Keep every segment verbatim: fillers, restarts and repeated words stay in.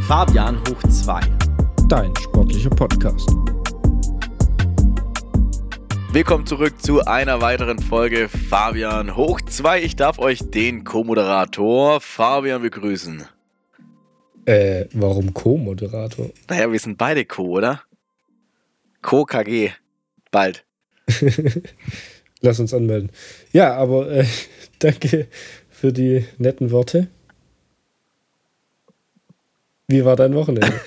Fabian hoch zwei. Dein sportlicher Podcast. Willkommen zurück zu einer weiteren Folge Fabian hoch zwei. Ich darf euch den Co-Moderator Fabian begrüßen. Äh, warum Co-Moderator? Naja, wir sind beide Co, oder? Co-K G. Bald. Lass uns anmelden. Ja, aber äh, danke für die netten Worte. Wie war dein Wochenende?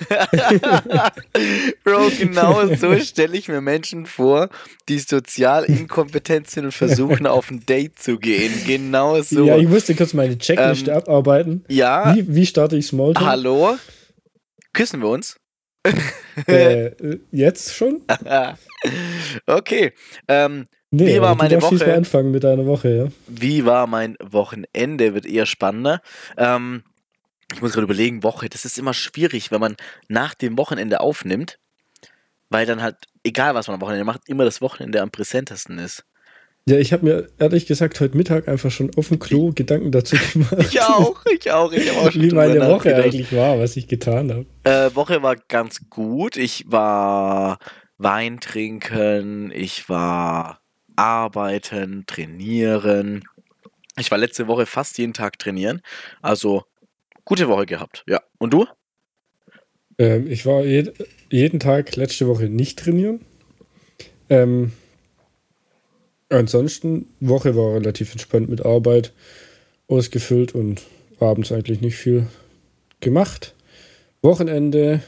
Bro, genau so stelle ich mir Menschen vor, die sozial inkompetent sind und versuchen, auf ein Date zu gehen. Genau so. Ja, ich musste kurz meine Checkliste ähm, abarbeiten. Ja. Wie, wie starte ich Smalltalk? Hallo? Küssen wir uns? äh, jetzt schon? Okay. Ähm, nee, wie war meine du Woche? Mal anfangen mit deiner Woche, ja? Wie war mein Wochenende? Wird eher spannender. Ähm, Ich muss gerade überlegen, Woche, das ist immer schwierig, wenn man nach dem Wochenende aufnimmt, weil dann halt, egal was man am Wochenende macht, immer das Wochenende am präsentesten ist. Ja, ich habe mir ehrlich gesagt heute Mittag einfach schon auf dem Klo Gedanken dazu gemacht. Ich auch, ich auch, ich auch schon wie meine Woche eigentlich war, was ich getan habe. Äh, Woche war ganz gut. Ich war Wein trinken, ich war arbeiten, trainieren. Ich war letzte Woche fast jeden Tag trainieren, also gute Woche gehabt, ja. Und du? Ähm, ich war je- jeden Tag letzte Woche nicht trainieren. Ähm, ansonsten, Woche war relativ entspannt mit Arbeit ausgefüllt und abends eigentlich nicht viel gemacht. Wochenende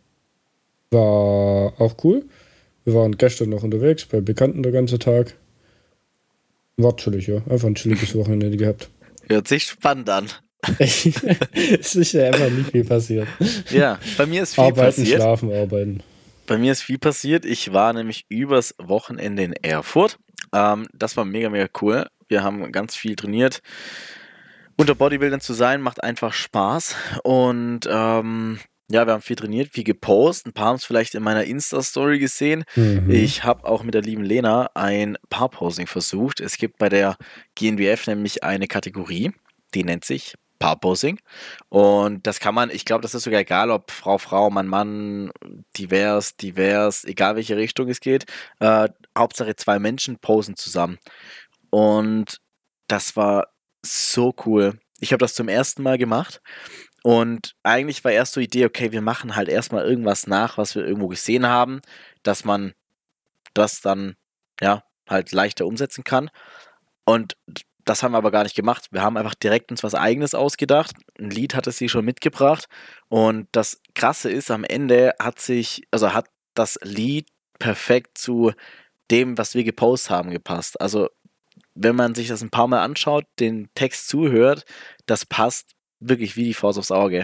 war auch cool. Wir waren gestern noch unterwegs bei Bekannten der ganze Tag. War chillig, ja. Einfach ein chilliges Wochenende gehabt. Hört sich spannend an. Es ist ja einfach nicht viel passiert. Ja, bei mir ist viel Arbeiten, passiert. schlafen, arbeiten. Bei mir ist viel passiert. Ich war nämlich übers Wochenende in Erfurt. Ähm, das war mega, mega cool. Wir haben ganz viel trainiert. Unter Bodybuildern zu sein, macht einfach Spaß. Und ähm, ja, wir haben viel trainiert, viel gepostet. Ein paar haben es vielleicht in meiner Insta-Story gesehen. Mhm. Ich habe auch mit der lieben Lena ein Paarposing versucht. Es gibt bei der G N B F nämlich eine Kategorie, die nennt sich Paarposing. Und das kann man, ich glaube, das ist sogar egal, ob Frau, Frau, Mann, Mann, divers, divers, egal welche Richtung es geht. Äh, Hauptsache zwei Menschen posen zusammen. Und das war so cool. Ich habe das zum ersten Mal gemacht. Und eigentlich war erst so die Idee, okay, wir machen halt erstmal irgendwas nach, was wir irgendwo gesehen haben, dass man das dann, ja, halt leichter umsetzen kann. Und das haben wir aber gar nicht gemacht. Wir haben einfach direkt uns was Eigenes ausgedacht. Ein Lied hatte sie schon mitgebracht. Und das Krasse ist, am Ende hat sich, also hat das Lied perfekt zu dem, was wir gepostet haben, gepasst. Also, wenn man sich das ein paar Mal anschaut, den Text zuhört, das passt wirklich wie die Faust aufs Auge.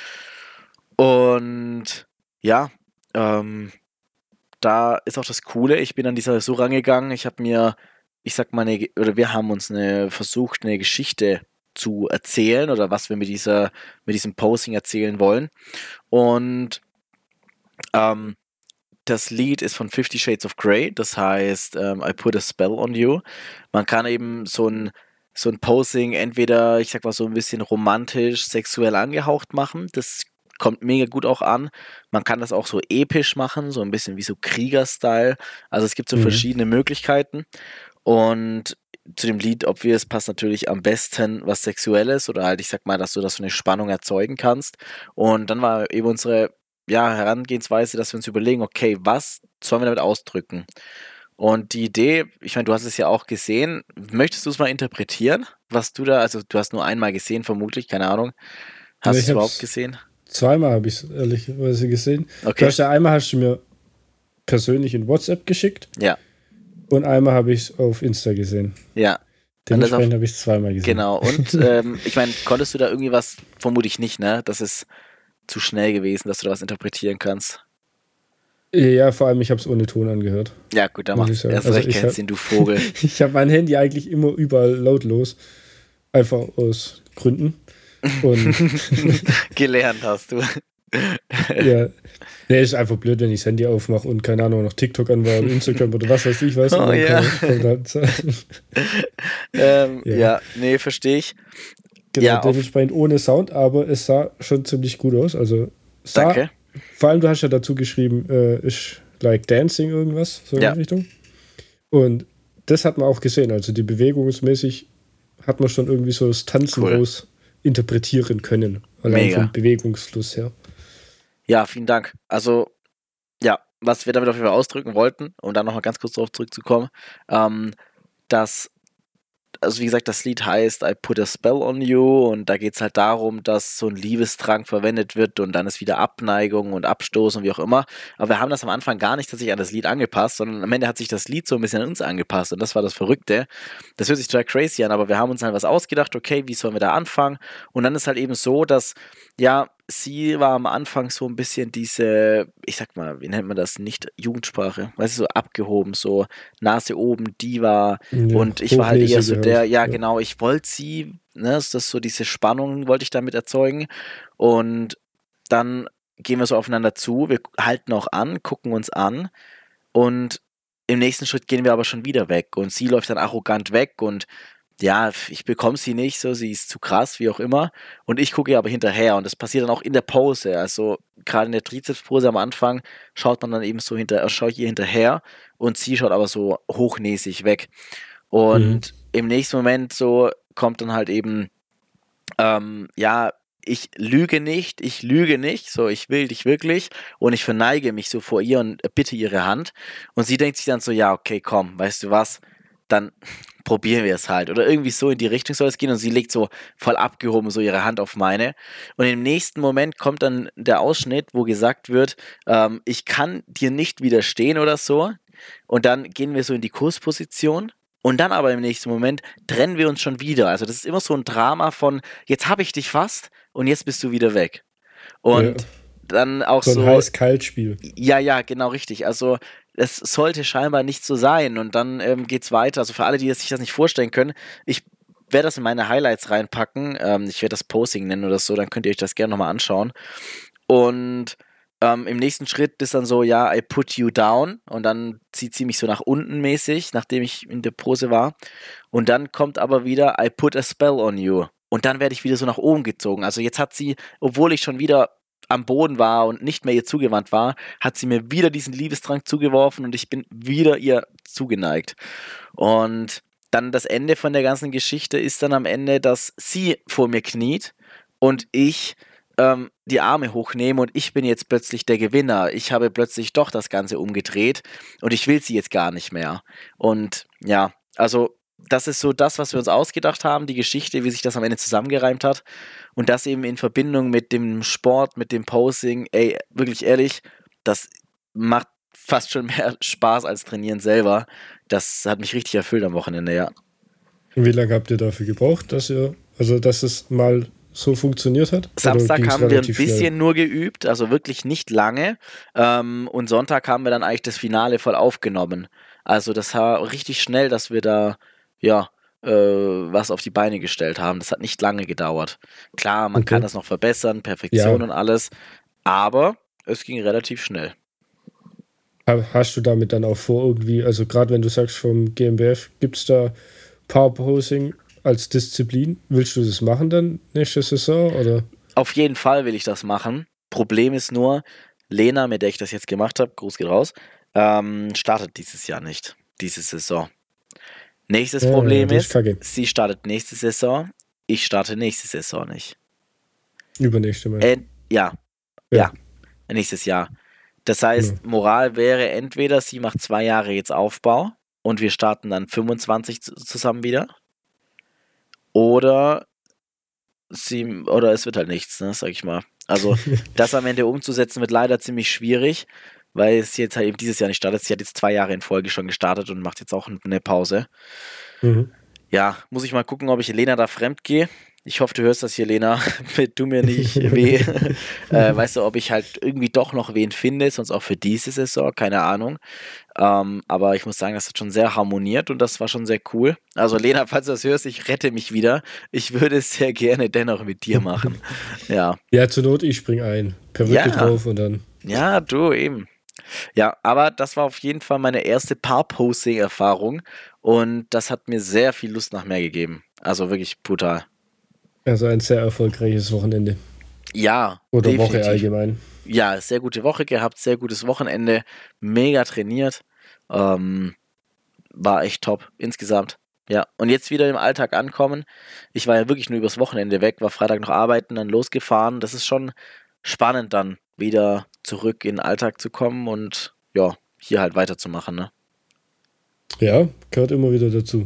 Und ja, ähm, da ist auch das Coole, ich bin an dieser so rangegangen, ich habe mir, ich sag mal, eine, oder wir haben uns eine, versucht, eine Geschichte zu erzählen oder was wir mit dieser, mit diesem Posting erzählen wollen. Und ähm, das Lied ist von Fifty Shades of Grey, das heißt ähm, I Put a Spell on You. Man kann eben so ein so ein Posing entweder, ich sag mal, so ein bisschen romantisch, sexuell angehaucht machen. Das kommt mega gut auch an. Man kann das auch so episch machen, so ein bisschen wie so Krieger-Style. Also es gibt so Mhm. verschiedene Möglichkeiten. Und zu dem Lied, obvious, passt natürlich am besten was Sexuelles oder halt, ich sag mal, dass du das so eine Spannung erzeugen kannst. Und dann war eben unsere ja, Herangehensweise, dass wir uns überlegen, okay, was sollen wir damit ausdrücken? Und die Idee, ich meine, du hast es ja auch gesehen, möchtest du es mal interpretieren, was du da, also du hast nur einmal gesehen, vermutlich, keine Ahnung. Hast du Ja, es ich überhaupt hab's- gesehen? Zweimal habe ich es ehrlicherweise gesehen. Du Okay, hast ja einmal hast du mir persönlich in WhatsApp geschickt ja, und einmal habe ich es auf Insta gesehen. ja, Und das Dementsprechend habe ich es zweimal gesehen. genau. Und ähm, ich meine, konntest du da irgendwie was, vermutlich nicht, ne? Das ist zu schnell gewesen, dass du da was interpretieren kannst. Ja, vor allem ich habe es ohne Ton angehört. Ja, gut, da Muss macht ich es sagen. erst Also recht ich keinen hab- Sinn, du Vogel. Ich habe mein Handy eigentlich immer überall lautlos. Einfach aus Gründen. Und Gelernt hast du. ja, nee, ist einfach blöd, wenn ich das Handy aufmache und keine Ahnung, noch TikTok anmache oder Instagram oder was weiß ich was. Oh, und dann ja. kann- kommt halt- ähm, ja. Ja. nee, verstehe ich. Genau, Ja, auf- dementsprechend ohne Sound, aber es sah schon ziemlich gut aus. Also sah, danke. vor allem, du hast ja dazu geschrieben, äh, ist like dancing irgendwas, so in Ja. die Richtung. Und das hat man auch gesehen, also die bewegungsmäßig hat man schon irgendwie so das Tanzen Cool. raus interpretieren können, allein Mega. vom Bewegungsfluss her. Ja, vielen Dank. Also, ja, was wir damit auf jeden Fall ausdrücken wollten, um dann nochmal ganz kurz darauf zurückzukommen, ähm, dass, also wie gesagt, das Lied heißt I Put a Spell on You und da geht es halt darum, dass so ein Liebestrank verwendet wird und dann ist wieder Abneigung und Abstoß und wie auch immer. Aber wir haben das am Anfang gar nicht tatsächlich an das Lied angepasst, sondern am Ende hat sich das Lied so ein bisschen an uns angepasst und das war das Verrückte. Das hört sich total crazy an, aber wir haben uns halt was ausgedacht, okay, wie sollen wir da anfangen? Und dann ist halt eben so, dass, ja, sie war am Anfang so ein bisschen diese, ich sag mal, wie nennt man das, nicht Jugendsprache, weißt du, so abgehoben, so Nase oben, Diva Ja, und ich war halt eher so hochnäsige der, halt, ja ja. genau, ich wollte sie, ne, ist das so diese Spannung wollte ich damit erzeugen und dann gehen wir so aufeinander zu, wir halten auch an, gucken uns an und im nächsten Schritt gehen wir aber schon wieder weg und sie läuft dann arrogant weg und ja, ich bekomme sie nicht, so, sie ist zu krass, wie auch immer. Und ich gucke ihr aber hinterher und das passiert dann auch in der Pose. Also gerade in der Trizepspose am Anfang schaut man dann eben so hinter, äh, schaue ich ihr hinterher und sie schaut aber so hochnäsig weg. Und Mhm. im nächsten Moment so kommt dann halt eben, ähm, ja, ich lüge nicht, ich lüge nicht, so, ich will dich wirklich und ich verneige mich so vor ihr und bitte ihre Hand und sie denkt sich dann so, ja, okay, komm, weißt du was, dann probieren wir es halt oder irgendwie so in die Richtung soll es gehen und sie legt so voll abgehoben so ihre Hand auf meine und im nächsten Moment kommt dann der Ausschnitt, wo gesagt wird, ähm, ich kann dir nicht widerstehen oder so und dann gehen wir so in die Kursposition. Und dann aber im nächsten Moment trennen wir uns schon wieder. Also das ist immer so ein Drama von, jetzt habe ich dich fast und jetzt bist du wieder weg. Und Ja. dann auch So ein so, Heiß-Kalt-Spiel. ja, ja, genau richtig. Also es sollte scheinbar nicht so sein. Und dann ähm, geht's weiter. Also für alle, die sich das nicht vorstellen können, ich werde das in meine Highlights reinpacken. Ähm, ich werde das Posing nennen oder so, dann könnt ihr euch das gerne nochmal anschauen. Und ähm, im nächsten Schritt ist dann so, ja, I put you down. Und dann zieht sie mich so nach unten mäßig, nachdem ich in der Pose war. Und dann kommt aber wieder, I put a spell on you. Und dann werde ich wieder so nach oben gezogen. Also jetzt hat sie, obwohl ich schon wieder am Boden war und nicht mehr ihr zugewandt war, hat sie mir wieder diesen Liebestrank zugeworfen und ich bin wieder ihr zugeneigt. Und dann das Ende von der ganzen Geschichte ist dann am Ende, dass sie vor mir kniet und ich ähm, die Arme hochnehme und ich bin jetzt plötzlich der Gewinner. Ich habe plötzlich doch das Ganze umgedreht und ich will sie jetzt gar nicht mehr. Und ja, also das ist so das, was wir uns ausgedacht haben, die Geschichte, wie sich das am Ende zusammengereimt hat. Und das eben in Verbindung mit dem Sport, mit dem Posing, ey, wirklich ehrlich, das macht fast schon mehr Spaß als Trainieren selber. Das hat mich richtig erfüllt am Wochenende, ja. Und wie lange habt ihr dafür gebraucht, dass ihr, also dass es mal so funktioniert hat? Samstag ging's haben wir ein relativ bisschen schnell? nur geübt, also wirklich nicht lange. Ähm, und Sonntag haben wir dann eigentlich das Finale voll aufgenommen. Also das war richtig schnell, dass wir da, ja, äh, was auf die Beine gestellt haben. Das hat nicht lange gedauert. Klar, man kann Okay. das noch verbessern, Perfektion Ja. und alles, aber es ging relativ schnell. Ha- Hast du damit dann auch vor irgendwie, also gerade wenn du sagst vom G m B F, gibt es da Powerposing als Disziplin? Willst du das machen dann nächste Saison oder? Auf jeden Fall will ich das machen. Problem ist nur, Lena, mit der ich das jetzt gemacht habe, Gruß geht raus, ähm, startet dieses Jahr nicht, diese Saison. Nächstes Ja, ja, Problem das ist ist, kacke. sie startet nächste Saison, ich starte nächste Saison nicht. Übernächste Mal. Äh, ja, Ja. ja, nächstes Jahr. Das heißt, Genau. Moral wäre entweder, sie macht zwei Jahre jetzt Aufbau und wir starten dann fünfundzwanzig zu- zusammen wieder. Oder sie, oder es wird halt nichts, ne, sag ich mal. Also, das am Ende umzusetzen wird leider ziemlich schwierig, weil es jetzt halt eben dieses Jahr nicht startet. Sie hat jetzt zwei Jahre in Folge schon gestartet und macht jetzt auch eine Pause. Mhm. Ja, muss ich mal gucken, ob ich Lena da fremd gehe. Ich hoffe, du hörst das hier, Lena. Tu mir nicht weh. äh, weißt du, ob ich halt irgendwie doch noch wen finde, sonst auch für diese Saison, keine Ahnung. Ähm, aber ich muss sagen, das hat schon sehr harmoniert und das war schon sehr cool. Also Lena, falls du das hörst, ich rette mich wieder. Ich würde es sehr gerne dennoch mit dir machen. Ja. Ja, zur Not, ich spring ein. Perücke Ja. drauf und dann. Ja, du eben. Ja, aber das war auf jeden Fall meine erste Paar-Posting-Erfahrung und das hat mir sehr viel Lust nach mehr gegeben. Also wirklich brutal. Also ein sehr erfolgreiches Wochenende. Ja, Oder Woche definitiv. allgemein. ja, sehr gute Woche gehabt, sehr gutes Wochenende, mega trainiert. Ähm, war echt top insgesamt. Ja, und jetzt wieder im Alltag ankommen. Ich war ja wirklich nur übers Wochenende weg, war Freitag noch arbeiten, dann losgefahren. Das ist schon spannend dann, wieder zurück in den Alltag zu kommen und ja, hier halt weiterzumachen, ne? Ja, gehört immer wieder dazu.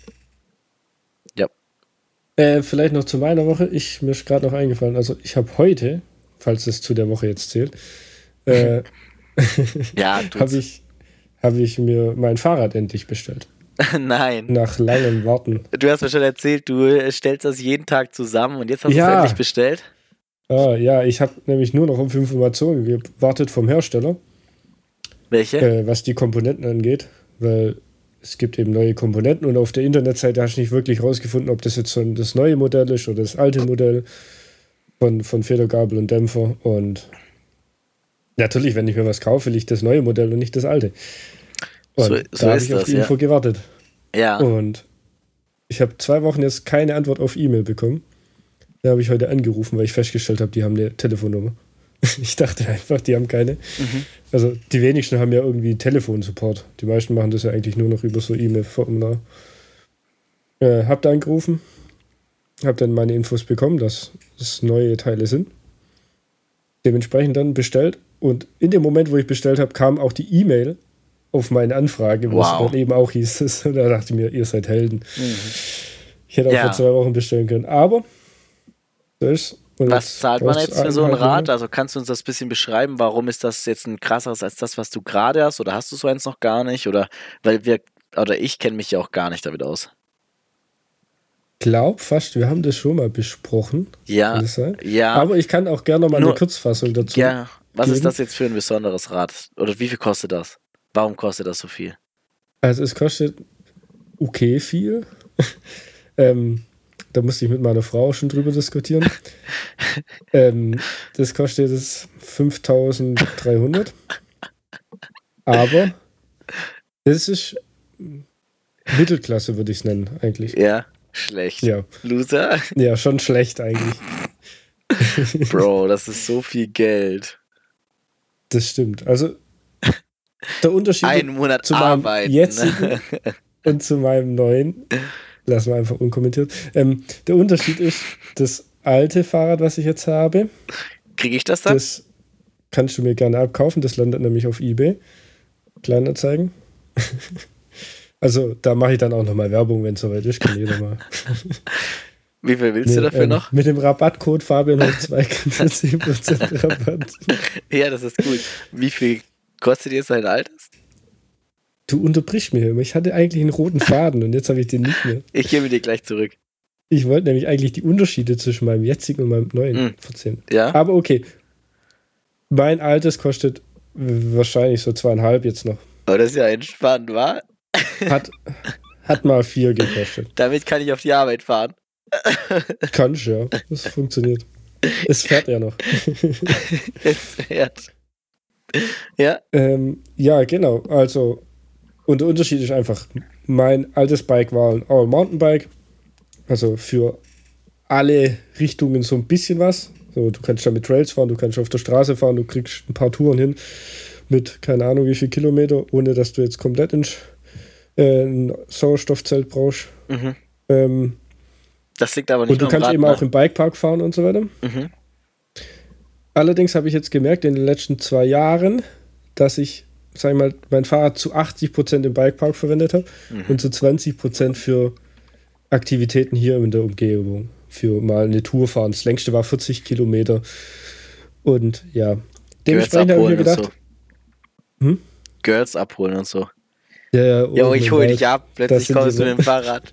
Ja. Äh, vielleicht noch zu meiner Woche. Ich, mir ist gerade noch eingefallen, also ich habe heute, falls es zu der Woche jetzt zählt, äh, Ja, habe tut's. ich, hab ich mir mein Fahrrad endlich bestellt. Nein. Nach langem Warten. Du hast mir schon erzählt, du äh, stellst das jeden Tag zusammen und jetzt hast du es Ja. endlich bestellt. Ah, ja, ich habe nämlich nur noch auf Informationen gewartet vom Hersteller, Welche? äh, was die Komponenten angeht, weil es gibt eben neue Komponenten und auf der Internetseite hast du nicht wirklich rausgefunden, ob das jetzt so das neue Modell ist oder das alte Modell von, von Federgabel und Dämpfer. Und natürlich, wenn ich mir was kaufe, will ich das neue Modell und nicht das alte. Und So- da so habe ist ich auf das, die ja. Info gewartet. Ja. Und ich habe zwei Wochen jetzt keine Antwort auf E-Mail bekommen. Da habe ich heute angerufen, weil ich festgestellt habe, die haben eine Telefonnummer. Ich dachte einfach, die haben keine. Mhm. Also die wenigsten haben ja irgendwie Telefonsupport. Die meisten machen das ja eigentlich nur noch über so E-Mail-Formular. Äh, hab da angerufen, hab dann meine Infos bekommen, dass es neue Teile sind. Dementsprechend dann bestellt. Und in dem Moment, wo ich bestellt habe, kam auch die E-Mail auf meine Anfrage, wo Wow. es dann eben auch hieß. Das, und da dachte ich mir, ihr seid Helden. Mhm. Ich hätte auch Ja. vor zwei Wochen bestellen können. Aber das und Was zahlt man braucht's jetzt für so ein eineinhalb Rad? Also kannst du uns das ein bisschen beschreiben? Warum ist das jetzt ein krasseres als das, was du gerade hast? Oder hast du so eins noch gar nicht? Oder weil wir, oder ich kenne mich ja auch gar nicht damit aus. Glaub fast, wir haben das schon mal besprochen. Ja, Kann das sein? ja, Aber ich kann auch gerne mal Nur- eine Kurzfassung dazu. ja. Was ist geben. das jetzt für ein besonderes Rad? Oder wie viel kostet das? Warum kostet das so viel? Also es kostet okay viel. ähm, da musste ich mit meiner Frau schon drüber diskutieren. ähm, das kostet jetzt fünftausenddreihundert. Aber es ist Mittelklasse, würde ich es nennen, eigentlich. Ja, schlecht. Ja. Loser? Ja, schon schlecht eigentlich. Bro, das ist so viel Geld. Das stimmt. Also der Unterschied Einen Monat zu meinem arbeiten. jetzigen und zu meinem neuen, lassen wir einfach unkommentiert. Ähm, der Unterschied ist, das alte Fahrrad, was ich jetzt habe, Kriege ich das dann? das kannst du mir gerne abkaufen. Das landet nämlich auf eBay. Kleinanzeigen. Also da mache ich dann auch nochmal Werbung, wenn es soweit ist. Kann jeder mal. Wie viel willst Nee, du dafür ähm, noch? Mit dem Rabattcode Fabian hoch zwei kriegst du zehn Prozent Rabatt. Ja, das ist gut. Wie viel kostet jetzt dein altes? Du unterbrichst mir immer. Ich hatte eigentlich einen roten Faden und jetzt habe ich den nicht mehr. Ich gebe dir gleich zurück. Ich wollte nämlich eigentlich die Unterschiede zwischen meinem jetzigen und meinem neuen Mm. erzählen. Ja? Aber okay. Mein altes kostet wahrscheinlich so zweieinhalb jetzt noch. Aber das ist ja entspannt, wa? Hat, hat mal vier gekostet. Damit kann ich auf die Arbeit fahren. Kannst ja. Das funktioniert. Es fährt ja noch. Es fährt. Ja? ähm, ja, genau. Also, und der Unterschied ist einfach, mein altes Bike war ein All-Mountain-Bike. Also für alle Richtungen so ein bisschen was. So, du kannst damit Trails fahren, du kannst auf der Straße fahren, du kriegst ein paar Touren hin mit keine Ahnung wie viel Kilometer, ohne dass du jetzt komplett in, äh, ein Sauerstoffzelt brauchst. Mhm. Ähm, Das liegt aber nicht und du nur am kannst Rad, eben ne? auch im Bikepark fahren und so weiter. Mhm. Allerdings habe ich jetzt gemerkt in den letzten zwei Jahren, dass ich, sag ich mal, mein Fahrrad zu achtzig Prozent im Bikepark verwendet habe Mhm. und zu zwanzig Prozent für Aktivitäten hier in der Umgebung. Für mal eine Tour fahren. Das längste war vierzig Kilometer. Und ja, Girls dementsprechend habe ich mir abholen und gedacht, so. Hm? Girls abholen und so. ja, ja, Jo, oh ich mein hol Gott, dich ab. das Plötzlich sind kommst du die mit dem Fahrrad.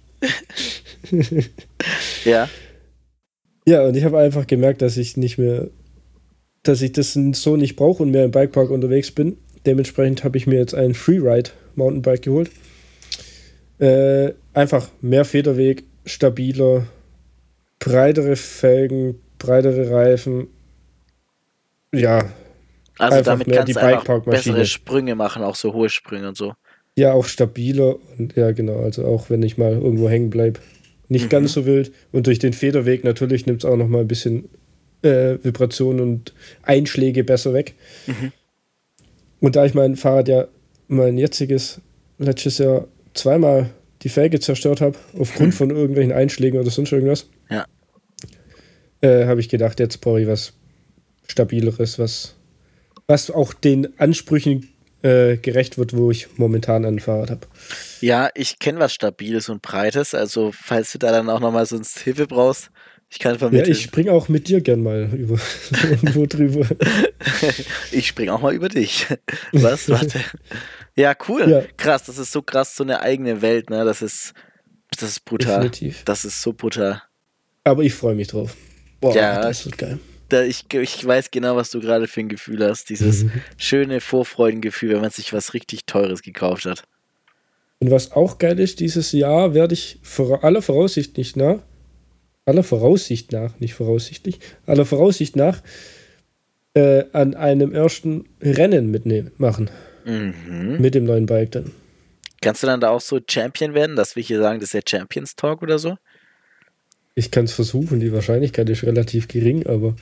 Ja. Ja, und ich habe einfach gemerkt, dass ich nicht mehr, dass ich das so nicht brauche und mehr im Bikepark unterwegs bin. Dementsprechend habe ich mir jetzt ein Freeride Mountainbike geholt. Äh, einfach mehr Federweg, stabiler, breitere Felgen, breitere Reifen. Ja, Also Einfach damit mehr kannst die du einfach Bikepark-Maschine. bessere Sprünge machen, auch so hohe Sprünge und so. ja, auch stabiler und ja, genau, also auch wenn ich mal irgendwo hängen bleibe, nicht Mhm. ganz so wild. Und durch den Federweg natürlich nimmt es auch noch mal ein bisschen äh, Vibrationen und Einschläge besser weg. Mhm. Und da ich mein Fahrrad ja, mein jetziges, letztes Jahr zweimal die Felge zerstört habe, aufgrund Hm. von irgendwelchen Einschlägen oder sonst irgendwas, Ja. äh, habe ich gedacht, jetzt brauche ich was Stabileres, was, was auch den Ansprüchen äh, gerecht wird, wo ich momentan ein Fahrrad habe. Ja, ich kenne was Stabiles und Breites, also falls du da dann auch nochmal sonst Hilfe brauchst, ich kann Ja, vermitteln. ich springe auch mit dir gern mal über irgendwo drüber. Ich spring auch mal über dich. Was? Warte. Ja, cool. Ja. Krass, das ist so krass, so eine eigene Welt, ne? Das ist, das ist brutal. Definitiv. Das ist so brutal. Aber ich freue mich drauf. Boah, Ja, das wird geil. Da ich, ich weiß genau, was du gerade für ein Gefühl hast. Dieses schöne Vorfreudengefühl, wenn man sich was richtig Teures gekauft hat. Und was auch geil ist, dieses Jahr werde ich vor aller Voraussicht nicht nach, aller Voraussicht nach, nicht voraussichtlich, aller Voraussicht nach, äh, an einem ersten Rennen mitnehmen, machen. Mhm. Mit dem neuen Bike dann. Kannst du dann da auch so Champion werden, dass wir hier sagen, das ist der Champions Talk oder so? Ich kann es versuchen, die Wahrscheinlichkeit ist relativ gering, aber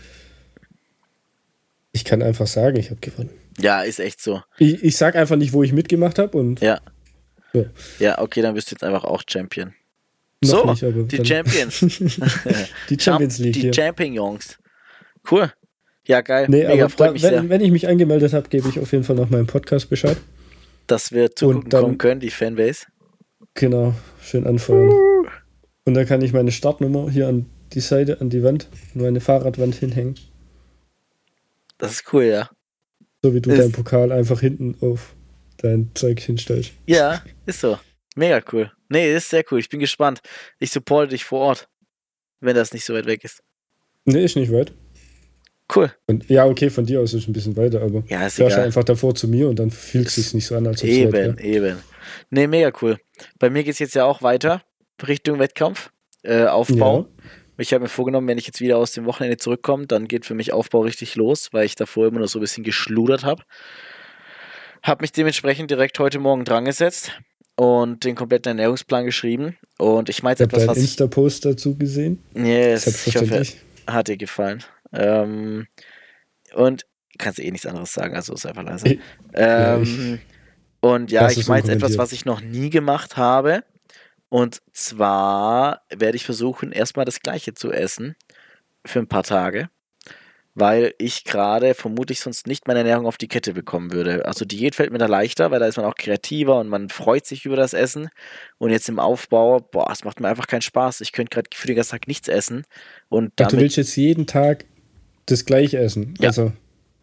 ich kann einfach sagen, ich habe gewonnen. Ja, ist echt so. Ich, ich sag einfach nicht, wo ich mitgemacht habe und Ja. so. Ja, okay, dann bist du jetzt einfach auch Champion. Noch so, nicht, aber die dann- Champions. die Champions League Die hier. Champions. Cool. Ja, geil. Nee, Mega, aber freut da, mich sehr, wenn, wenn ich mich angemeldet habe, gebe ich auf jeden Fall noch meinen Podcast Bescheid. dass wir zugucken und dann- kommen können, die Fanbase. Genau, schön anfeuern. Und dann kann ich meine Startnummer hier an die Seite, an die Wand, an meine Fahrradwand hinhängen. Das ist cool, ja. So wie du Ist- deinen Pokal einfach hinten auf dein Zeug hinstellst. Ja, ist so. Mega cool. Nee, ist sehr cool. Ich bin gespannt. Ich supporte dich vor Ort, wenn das nicht so weit weg ist. Nee, ist nicht weit. Cool. Und, ja, okay, von dir aus ist ein bisschen weiter, aber Ja, ist fährst du egal. einfach davor zu mir und dann fühlt es sich nicht so an, als ob es weit Eben, wäre. eben. Nee, mega cool. Bei mir geht es jetzt ja auch weiter Richtung Wettkampf. Äh, Aufbau. Ich habe mir vorgenommen, wenn ich jetzt wieder aus dem Wochenende zurückkomme, dann geht für mich Aufbau richtig los, weil ich davor immer nur so ein bisschen geschludert habe. Habe mich dementsprechend direkt heute Morgen dran gesetzt und den kompletten Ernährungsplan geschrieben. Und ich meine Ich habe etwas, deinen was ich... Insta-Post dazu gesehen. Yes, ich hoffe, Selbstverständlich. hat dir gefallen. Ähm, und kannst eh nichts anderes sagen, also ist einfach leise. Ich- ja, Ähm, und ja, lass ich es meine jetzt etwas, unkommentiert. was ich noch nie gemacht habe. Und zwar werde ich versuchen, erstmal das Gleiche zu essen für ein paar Tage, weil ich gerade vermutlich sonst nicht meine Ernährung auf die Kette bekommen würde. Also Diät fällt mir da leichter, weil da ist man auch kreativer und man freut sich über das Essen. Und jetzt im Aufbau, boah, es macht mir einfach keinen Spaß. Ich könnte gerade für den ganzen Tag nichts essen. Und Ach, du damit, willst jetzt jeden Tag das gleiche essen. Ja. Also,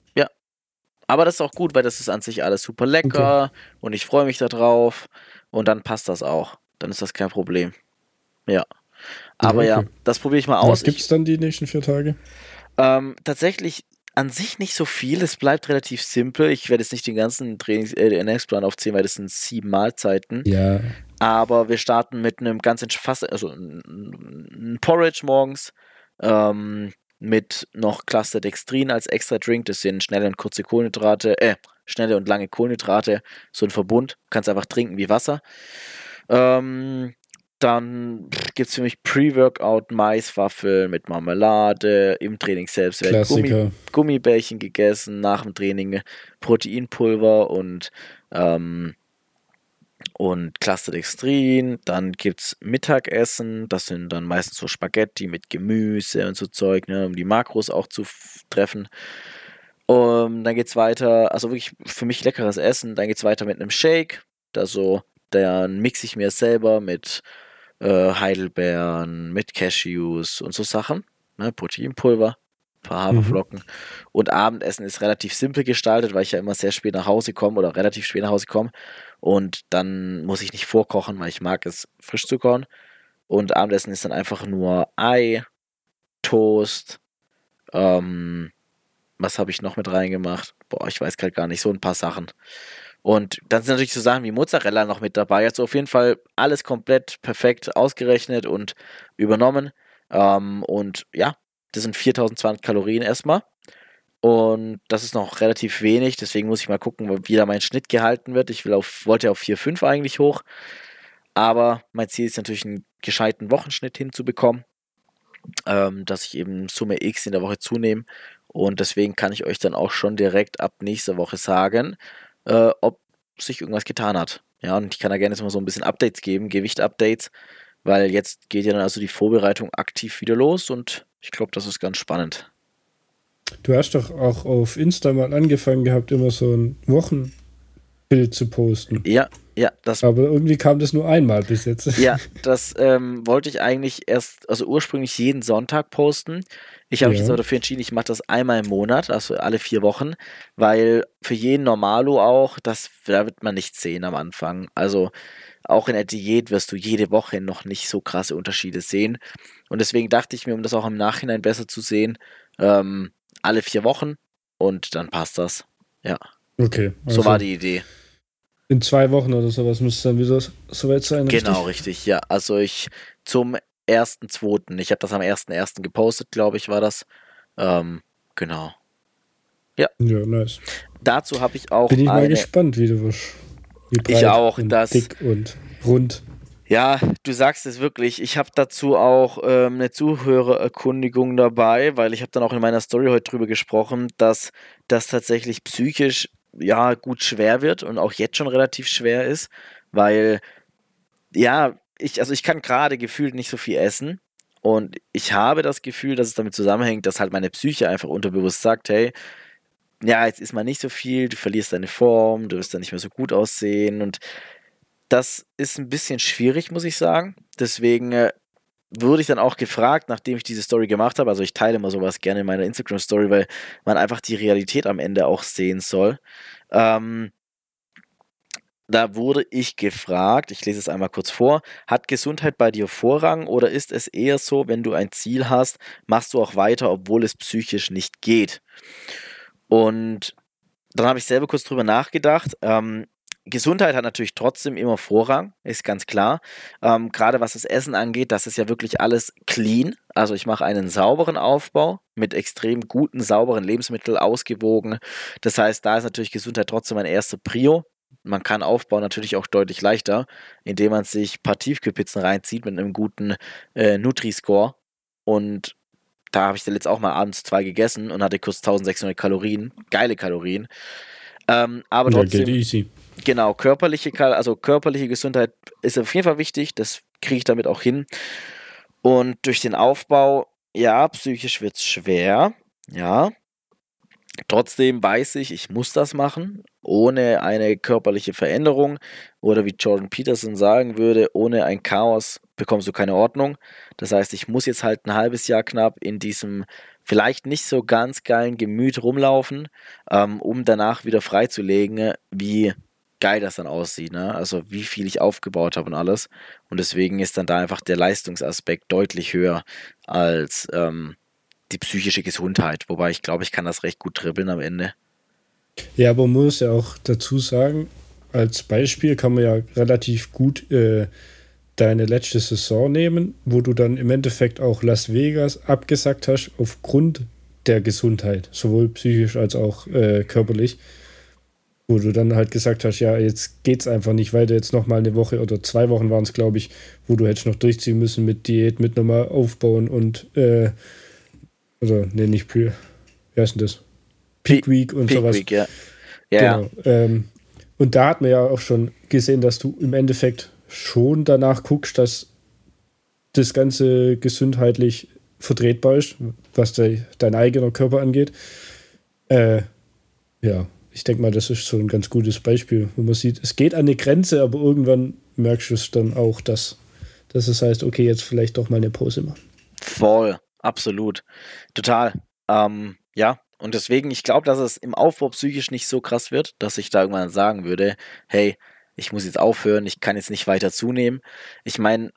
aber das ist auch gut, weil das ist an sich alles super lecker und ich freue mich da drauf und dann passt das auch. Dann ist das kein Problem. Ja. Aber Ja, ja, okay. das probiere ich mal was aus. gibt es dann die nächsten vier Tage? Ähm, tatsächlich an sich nicht so viel. Es bleibt relativ simpel. Ich werde jetzt nicht den ganzen Trainings äh, den Ernährungsplan aufzählen, weil das sind sieben Mahlzeiten. Ja. Aber wir starten mit einem ganz fast also ein, ein Porridge morgens ähm, mit noch Cluster Dextrin als extra Drink. Das sind schnelle und kurze Kohlenhydrate, äh, schnelle und lange Kohlenhydrate. So ein Verbund. Kannst einfach trinken wie Wasser. Ähm, Dann gibt es für mich Pre-Workout Maiswaffeln mit Marmelade. Im Training selbst werden Gummi, Klassiker. Gummibärchen gegessen. Nach dem Training Proteinpulver und, ähm, und Clusterdextrin. Dann gibt es Mittagessen. Das sind dann meistens so Spaghetti mit Gemüse und so Zeug, ne, um die Makros auch zu f- treffen. Um, dann geht es weiter, also wirklich für mich leckeres Essen. Dann geht es weiter mit einem Shake. Da so, dann mixe ich mir selber mit äh, Heidelbeeren, mit Cashews und so Sachen. Ne, Proteinpulver, ein paar Haferflocken. Und Abendessen ist relativ simpel gestaltet, weil ich ja immer sehr spät nach Hause komme oder relativ spät nach Hause komme. Und dann muss ich nicht vorkochen, weil ich mag es frisch zu kochen. Und Abendessen ist dann einfach nur Ei, Toast, ähm, was habe ich noch mit reingemacht? Boah, ich weiß gerade gar nicht, so ein paar Sachen. Und dann sind natürlich so Sachen wie Mozzarella noch mit dabei. Also auf jeden Fall alles komplett perfekt ausgerechnet und übernommen. Ähm, und ja, das sind viertausendzweihundert Kalorien erstmal. Und das ist noch relativ wenig. Deswegen muss ich mal gucken, wie da mein Schnitt gehalten wird. Ich will auf, wollte auf vier Komma fünf eigentlich hoch. Aber mein Ziel ist natürlich, einen gescheiten Wochenschnitt hinzubekommen. ähm, dass ich eben Summe X in der Woche zunehme. Und deswegen kann ich euch dann auch schon direkt ab nächster Woche sagen, äh, ob sich irgendwas getan hat. Ja, und ich kann da gerne jetzt mal so ein bisschen Updates geben, Gewicht-Updates, weil jetzt geht ja dann also die Vorbereitung aktiv wieder los und ich glaube, das ist ganz spannend. Du hast doch auch auf Insta mal angefangen gehabt, immer so ein Wochenbild zu posten. Ja, ja, das Aber irgendwie kam das nur einmal bis jetzt. Ja, das ähm, wollte ich eigentlich erst, also ursprünglich jeden Sonntag posten. Ich habe mich jetzt Ja. aber dafür entschieden, ich mache das einmal im Monat, also alle vier Wochen, weil für jeden Normalo auch, das, da wird man nichts sehen am Anfang. Also auch in der Diät wirst du jede Woche noch nicht so krasse Unterschiede sehen. Und deswegen dachte ich mir, um das auch im Nachhinein besser zu sehen, ähm, alle vier Wochen und dann passt das. Ja, Okay, so war also die Idee. in zwei Wochen oder sowas müsste dann wieder soweit sein, Genau, richtig? richtig, ja. Also ich zum ersten zweiten. Ich habe das am ersten ersten gepostet, glaube ich, war das. Ähm, genau. Ja, Ja, nice. dazu habe ich auch Bin ich mal eine. gespannt, wie du wirst. Wie Ich breit auch, und das. dick und rund. Ja, du sagst es wirklich. Ich habe dazu auch ähm, eine Zuhörererkundigung dabei, weil ich habe dann auch in meiner Story heute drüber gesprochen, dass das tatsächlich psychisch ja gut schwer wird und auch jetzt schon relativ schwer ist, weil ja, ich, also ich kann gerade gefühlt nicht so viel essen. Und ich habe das Gefühl, dass es damit zusammenhängt, dass halt meine Psyche einfach unterbewusst sagt, hey, ja, jetzt isst mal nicht so viel, du verlierst deine Form, du wirst dann nicht mehr so gut aussehen. Und das ist ein bisschen schwierig, muss ich sagen. Deswegen äh, wurde ich dann auch gefragt, nachdem ich diese Story gemacht habe. Also ich teile immer sowas gerne in meiner Instagram-Story, weil man einfach die Realität am Ende auch sehen soll. Ähm, Da wurde ich gefragt, ich lese es einmal kurz vor, hat Gesundheit bei dir Vorrang oder ist es eher so, wenn du ein Ziel hast, machst du auch weiter, obwohl es psychisch nicht geht? Und dann habe ich selber kurz drüber nachgedacht. Ähm, Gesundheit hat natürlich trotzdem immer Vorrang, ist ganz klar. Ähm, gerade was das Essen angeht, das ist ja wirklich alles clean. Also ich mache einen sauberen Aufbau mit extrem guten, sauberen Lebensmitteln, ausgewogen. Das heißt, da ist natürlich Gesundheit trotzdem mein erster Prio. Man kann aufbauen natürlich auch deutlich leichter, indem man sich ein paar Tiefkühlpizzen reinzieht mit einem guten äh, Nutri-Score. Und da habe ich dann jetzt auch mal abends zwei gegessen und hatte kurz eintausendsechshundert Kalorien. Geile Kalorien. Ähm, aber Ja, geht trotzdem, easy. genau, körperliche, Kal- also körperliche Gesundheit ist auf jeden Fall wichtig. Das kriege ich damit auch hin. Und durch den Aufbau, ja, psychisch wird es schwer. Ja, trotzdem weiß ich, ich muss das machen, ohne eine körperliche Veränderung oder wie Jordan Peterson sagen würde, ohne ein Chaos bekommst du keine Ordnung. Das heißt, ich muss jetzt halt ein halbes Jahr knapp in diesem vielleicht nicht so ganz geilen Gemüt rumlaufen, ähm, um danach wieder freizulegen, wie geil das dann aussieht, ne? Also wie viel ich aufgebaut habe und alles. Und deswegen ist dann da einfach der Leistungsaspekt deutlich höher als ähm, die psychische Gesundheit. Wobei ich glaube, ich kann das recht gut dribbeln am Ende. Ja, aber man muss ja auch dazu sagen, als Beispiel kann man ja relativ gut äh, deine letzte Saison nehmen, wo du dann im Endeffekt auch Las Vegas abgesagt hast aufgrund der Gesundheit, sowohl psychisch als auch äh, körperlich, wo du dann halt gesagt hast, ja, jetzt geht's einfach nicht weiter, jetzt noch mal eine Woche oder zwei Wochen waren es, glaube ich, wo du hättest noch durchziehen müssen mit Diät, mit nochmal aufbauen und äh, oder nee, nicht Pre, wie heißt denn das? Pe Peak Week und Peak sowas. Week, ja. Ja, ja. Genau. Ähm, und da hat man ja auch schon gesehen, dass du im Endeffekt schon danach guckst, dass das Ganze gesundheitlich vertretbar ist, was de, dein eigener Körper angeht. Äh, ja, ich denke mal, das ist so ein ganz gutes Beispiel, wo man sieht, es geht an eine Grenze, aber irgendwann merkst du es dann auch, dass, dass es heißt, okay, jetzt vielleicht doch mal eine Pause machen. Voll, absolut. Total. Ähm, ja, und deswegen, ich glaube, dass es im Aufbau psychisch nicht so krass wird, dass ich da irgendwann sagen würde, hey, ich muss jetzt aufhören, ich kann jetzt nicht weiter zunehmen. Ich meine,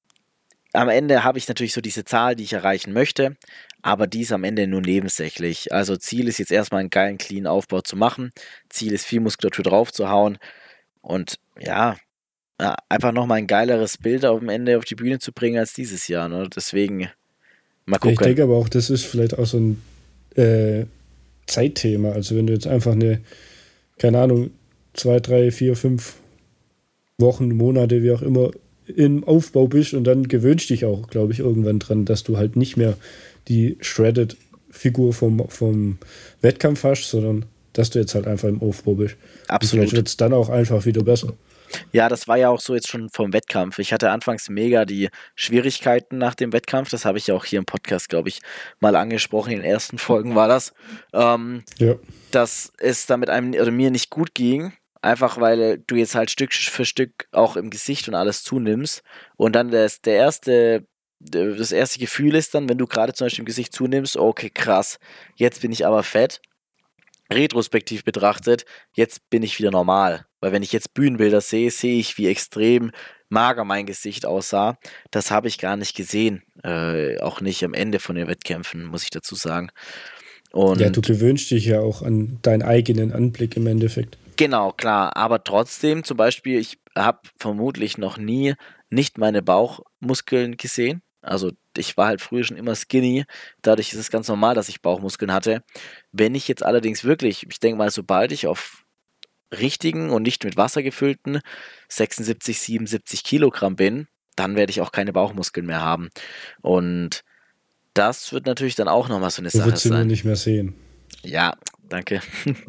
am Ende habe ich natürlich so diese Zahl, die ich erreichen möchte, aber die ist am Ende nur nebensächlich. Also Ziel ist jetzt erstmal einen geilen, clean Aufbau zu machen. Ziel ist viel Muskulatur drauf zu hauen und ja, ja einfach nochmal ein geileres Bild am Ende auf die Bühne zu bringen als dieses Jahr. Ne? Deswegen mal Ja, ich gucken. denke aber auch, das ist vielleicht auch so ein äh, Zeitthema. Also wenn du jetzt einfach eine, keine Ahnung, zwei, drei, vier, fünf Wochen, Monate, wie auch immer, im Aufbau bist und dann gewöhnst dich auch, glaube ich, irgendwann dran, dass du halt nicht mehr die Shredded-Figur vom, vom Wettkampf hast, sondern dass du jetzt halt einfach im Aufbau bist. Absolut. Und vielleicht wird es dann auch einfach wieder besser. Ja, das war ja auch so jetzt schon vom Wettkampf. Ich hatte anfangs mega die Schwierigkeiten nach dem Wettkampf. Das habe ich ja auch hier im Podcast, glaube ich, mal angesprochen. In den ersten Folgen war das. Ähm, Ja. dass es damit einem oder mir nicht gut ging. Einfach weil du jetzt halt Stück für Stück auch im Gesicht und alles zunimmst. Und dann das, der erste, das erste Gefühl ist dann, wenn du gerade zum Beispiel im Gesicht zunimmst, okay, krass, jetzt bin ich aber fett. Retrospektiv betrachtet, jetzt bin ich wieder normal. Weil wenn ich jetzt Bühnenbilder sehe, sehe ich, wie extrem mager mein Gesicht aussah. Das habe ich gar nicht gesehen. Äh, auch nicht am Ende von den Wettkämpfen, muss ich dazu sagen. Und ja, du gewöhnst dich ja auch an deinen eigenen Anblick im Endeffekt. genau, klar. Aber trotzdem, zum Beispiel, ich habe vermutlich noch nie nicht meine Bauchmuskeln gesehen. Also ich war halt früher schon immer skinny, dadurch ist es ganz normal, dass ich Bauchmuskeln hatte. Wenn ich jetzt allerdings wirklich, ich denke mal, sobald ich auf richtigen und nicht mit Wasser gefüllten sechsundsiebzig, siebenundsiebzig Kilogramm bin, dann werde ich auch keine Bauchmuskeln mehr haben. Und das wird natürlich dann auch nochmal so eine Du Sache wirst sie nur sein. nicht mehr sehen. Ja, danke.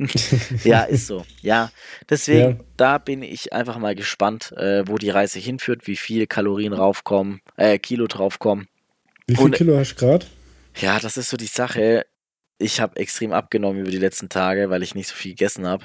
Ja, ist so. Ja, deswegen, Ja. da bin ich einfach mal gespannt, äh, wo die Reise hinführt, wie viel Kalorien raufkommen, äh, Kilo draufkommen. Wie viel Und Kilo hast du gerade? ja, das ist so die Sache. Ich habe extrem abgenommen über die letzten Tage, weil ich nicht so viel gegessen habe.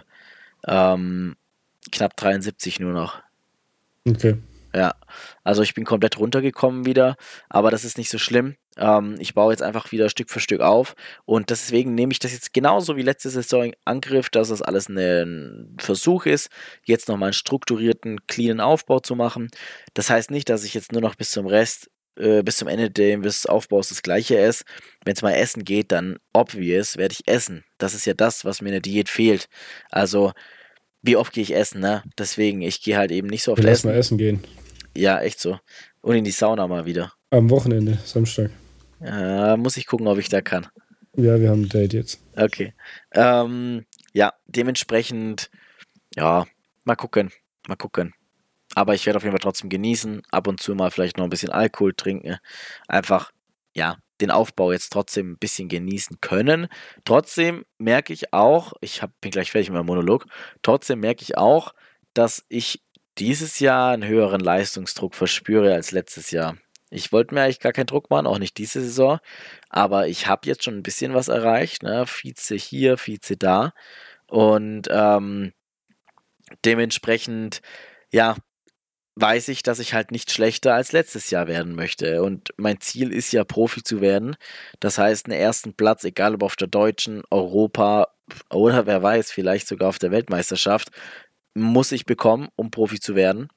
Ähm, knapp dreiundsiebzig nur noch. Okay. Ja, also ich bin komplett runtergekommen wieder, aber das ist nicht so schlimm. Ähm, ich baue jetzt einfach wieder Stück für Stück auf und deswegen nehme ich das jetzt genauso wie letzte Saison in Angriff, dass das alles ne- ein Versuch ist, jetzt nochmal einen strukturierten, cleanen Aufbau zu machen. Das heißt nicht, dass ich jetzt nur noch bis zum Rest, äh, bis zum Ende des Aufbaus das Gleiche esse. Wenn es mal essen geht, dann obvious werde ich essen. Das ist ja das, was mir in der Diät fehlt. Also, wie oft gehe ich essen, ne? Deswegen, ich gehe halt eben nicht so oft Wir lass essen. mal essen gehen. Ja, echt so. Und in die Sauna mal wieder. Am Wochenende, Samstag. Äh, muss ich gucken, ob ich da kann. Ja, wir haben ein Date jetzt. Okay. Ähm, ja, dementsprechend, ja, mal gucken. Mal gucken. Aber ich werde auf jeden Fall trotzdem genießen. Ab und zu mal vielleicht noch ein bisschen Alkohol trinken. Einfach, ja, den Aufbau jetzt trotzdem ein bisschen genießen können. Trotzdem merke ich auch, ich hab, bin gleich fertig mit meinem Monolog, trotzdem merke ich auch, dass ich dieses Jahr einen höheren Leistungsdruck verspüre als letztes Jahr. Ich wollte mir eigentlich gar keinen Druck machen, auch nicht diese Saison, aber ich habe jetzt schon ein bisschen was erreicht, ne? Vize hier, Vize da und ähm, dementsprechend, ja, weiß ich, dass ich halt nicht schlechter als letztes Jahr werden möchte. Und mein Ziel ist ja, Profi zu werden. Das heißt, einen ersten Platz, egal ob auf der deutschen, Europa oder wer weiß, vielleicht sogar auf der Weltmeisterschaft, muss ich bekommen, um Profi zu werden.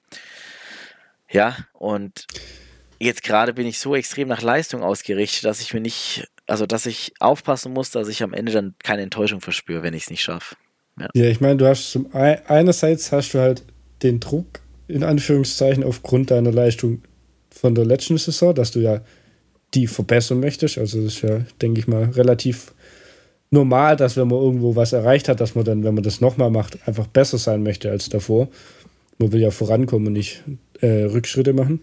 Ja, und jetzt gerade bin ich so extrem nach Leistung ausgerichtet, dass ich mir nicht, also dass ich aufpassen muss, dass ich am Ende dann keine Enttäuschung verspüre, wenn ich es nicht schaffe. Ja. Ja, ich meine, du hast zum ei- einerseits hast du halt den Druck, in Anführungszeichen, aufgrund deiner Leistung von der letzten Saison, dass du ja die verbessern möchtest. Also das ist ja, denke ich mal, relativ normal, dass wenn man irgendwo was erreicht hat, dass man dann, wenn man das nochmal macht, einfach besser sein möchte als davor. Man will ja vorankommen und nicht äh, Rückschritte machen.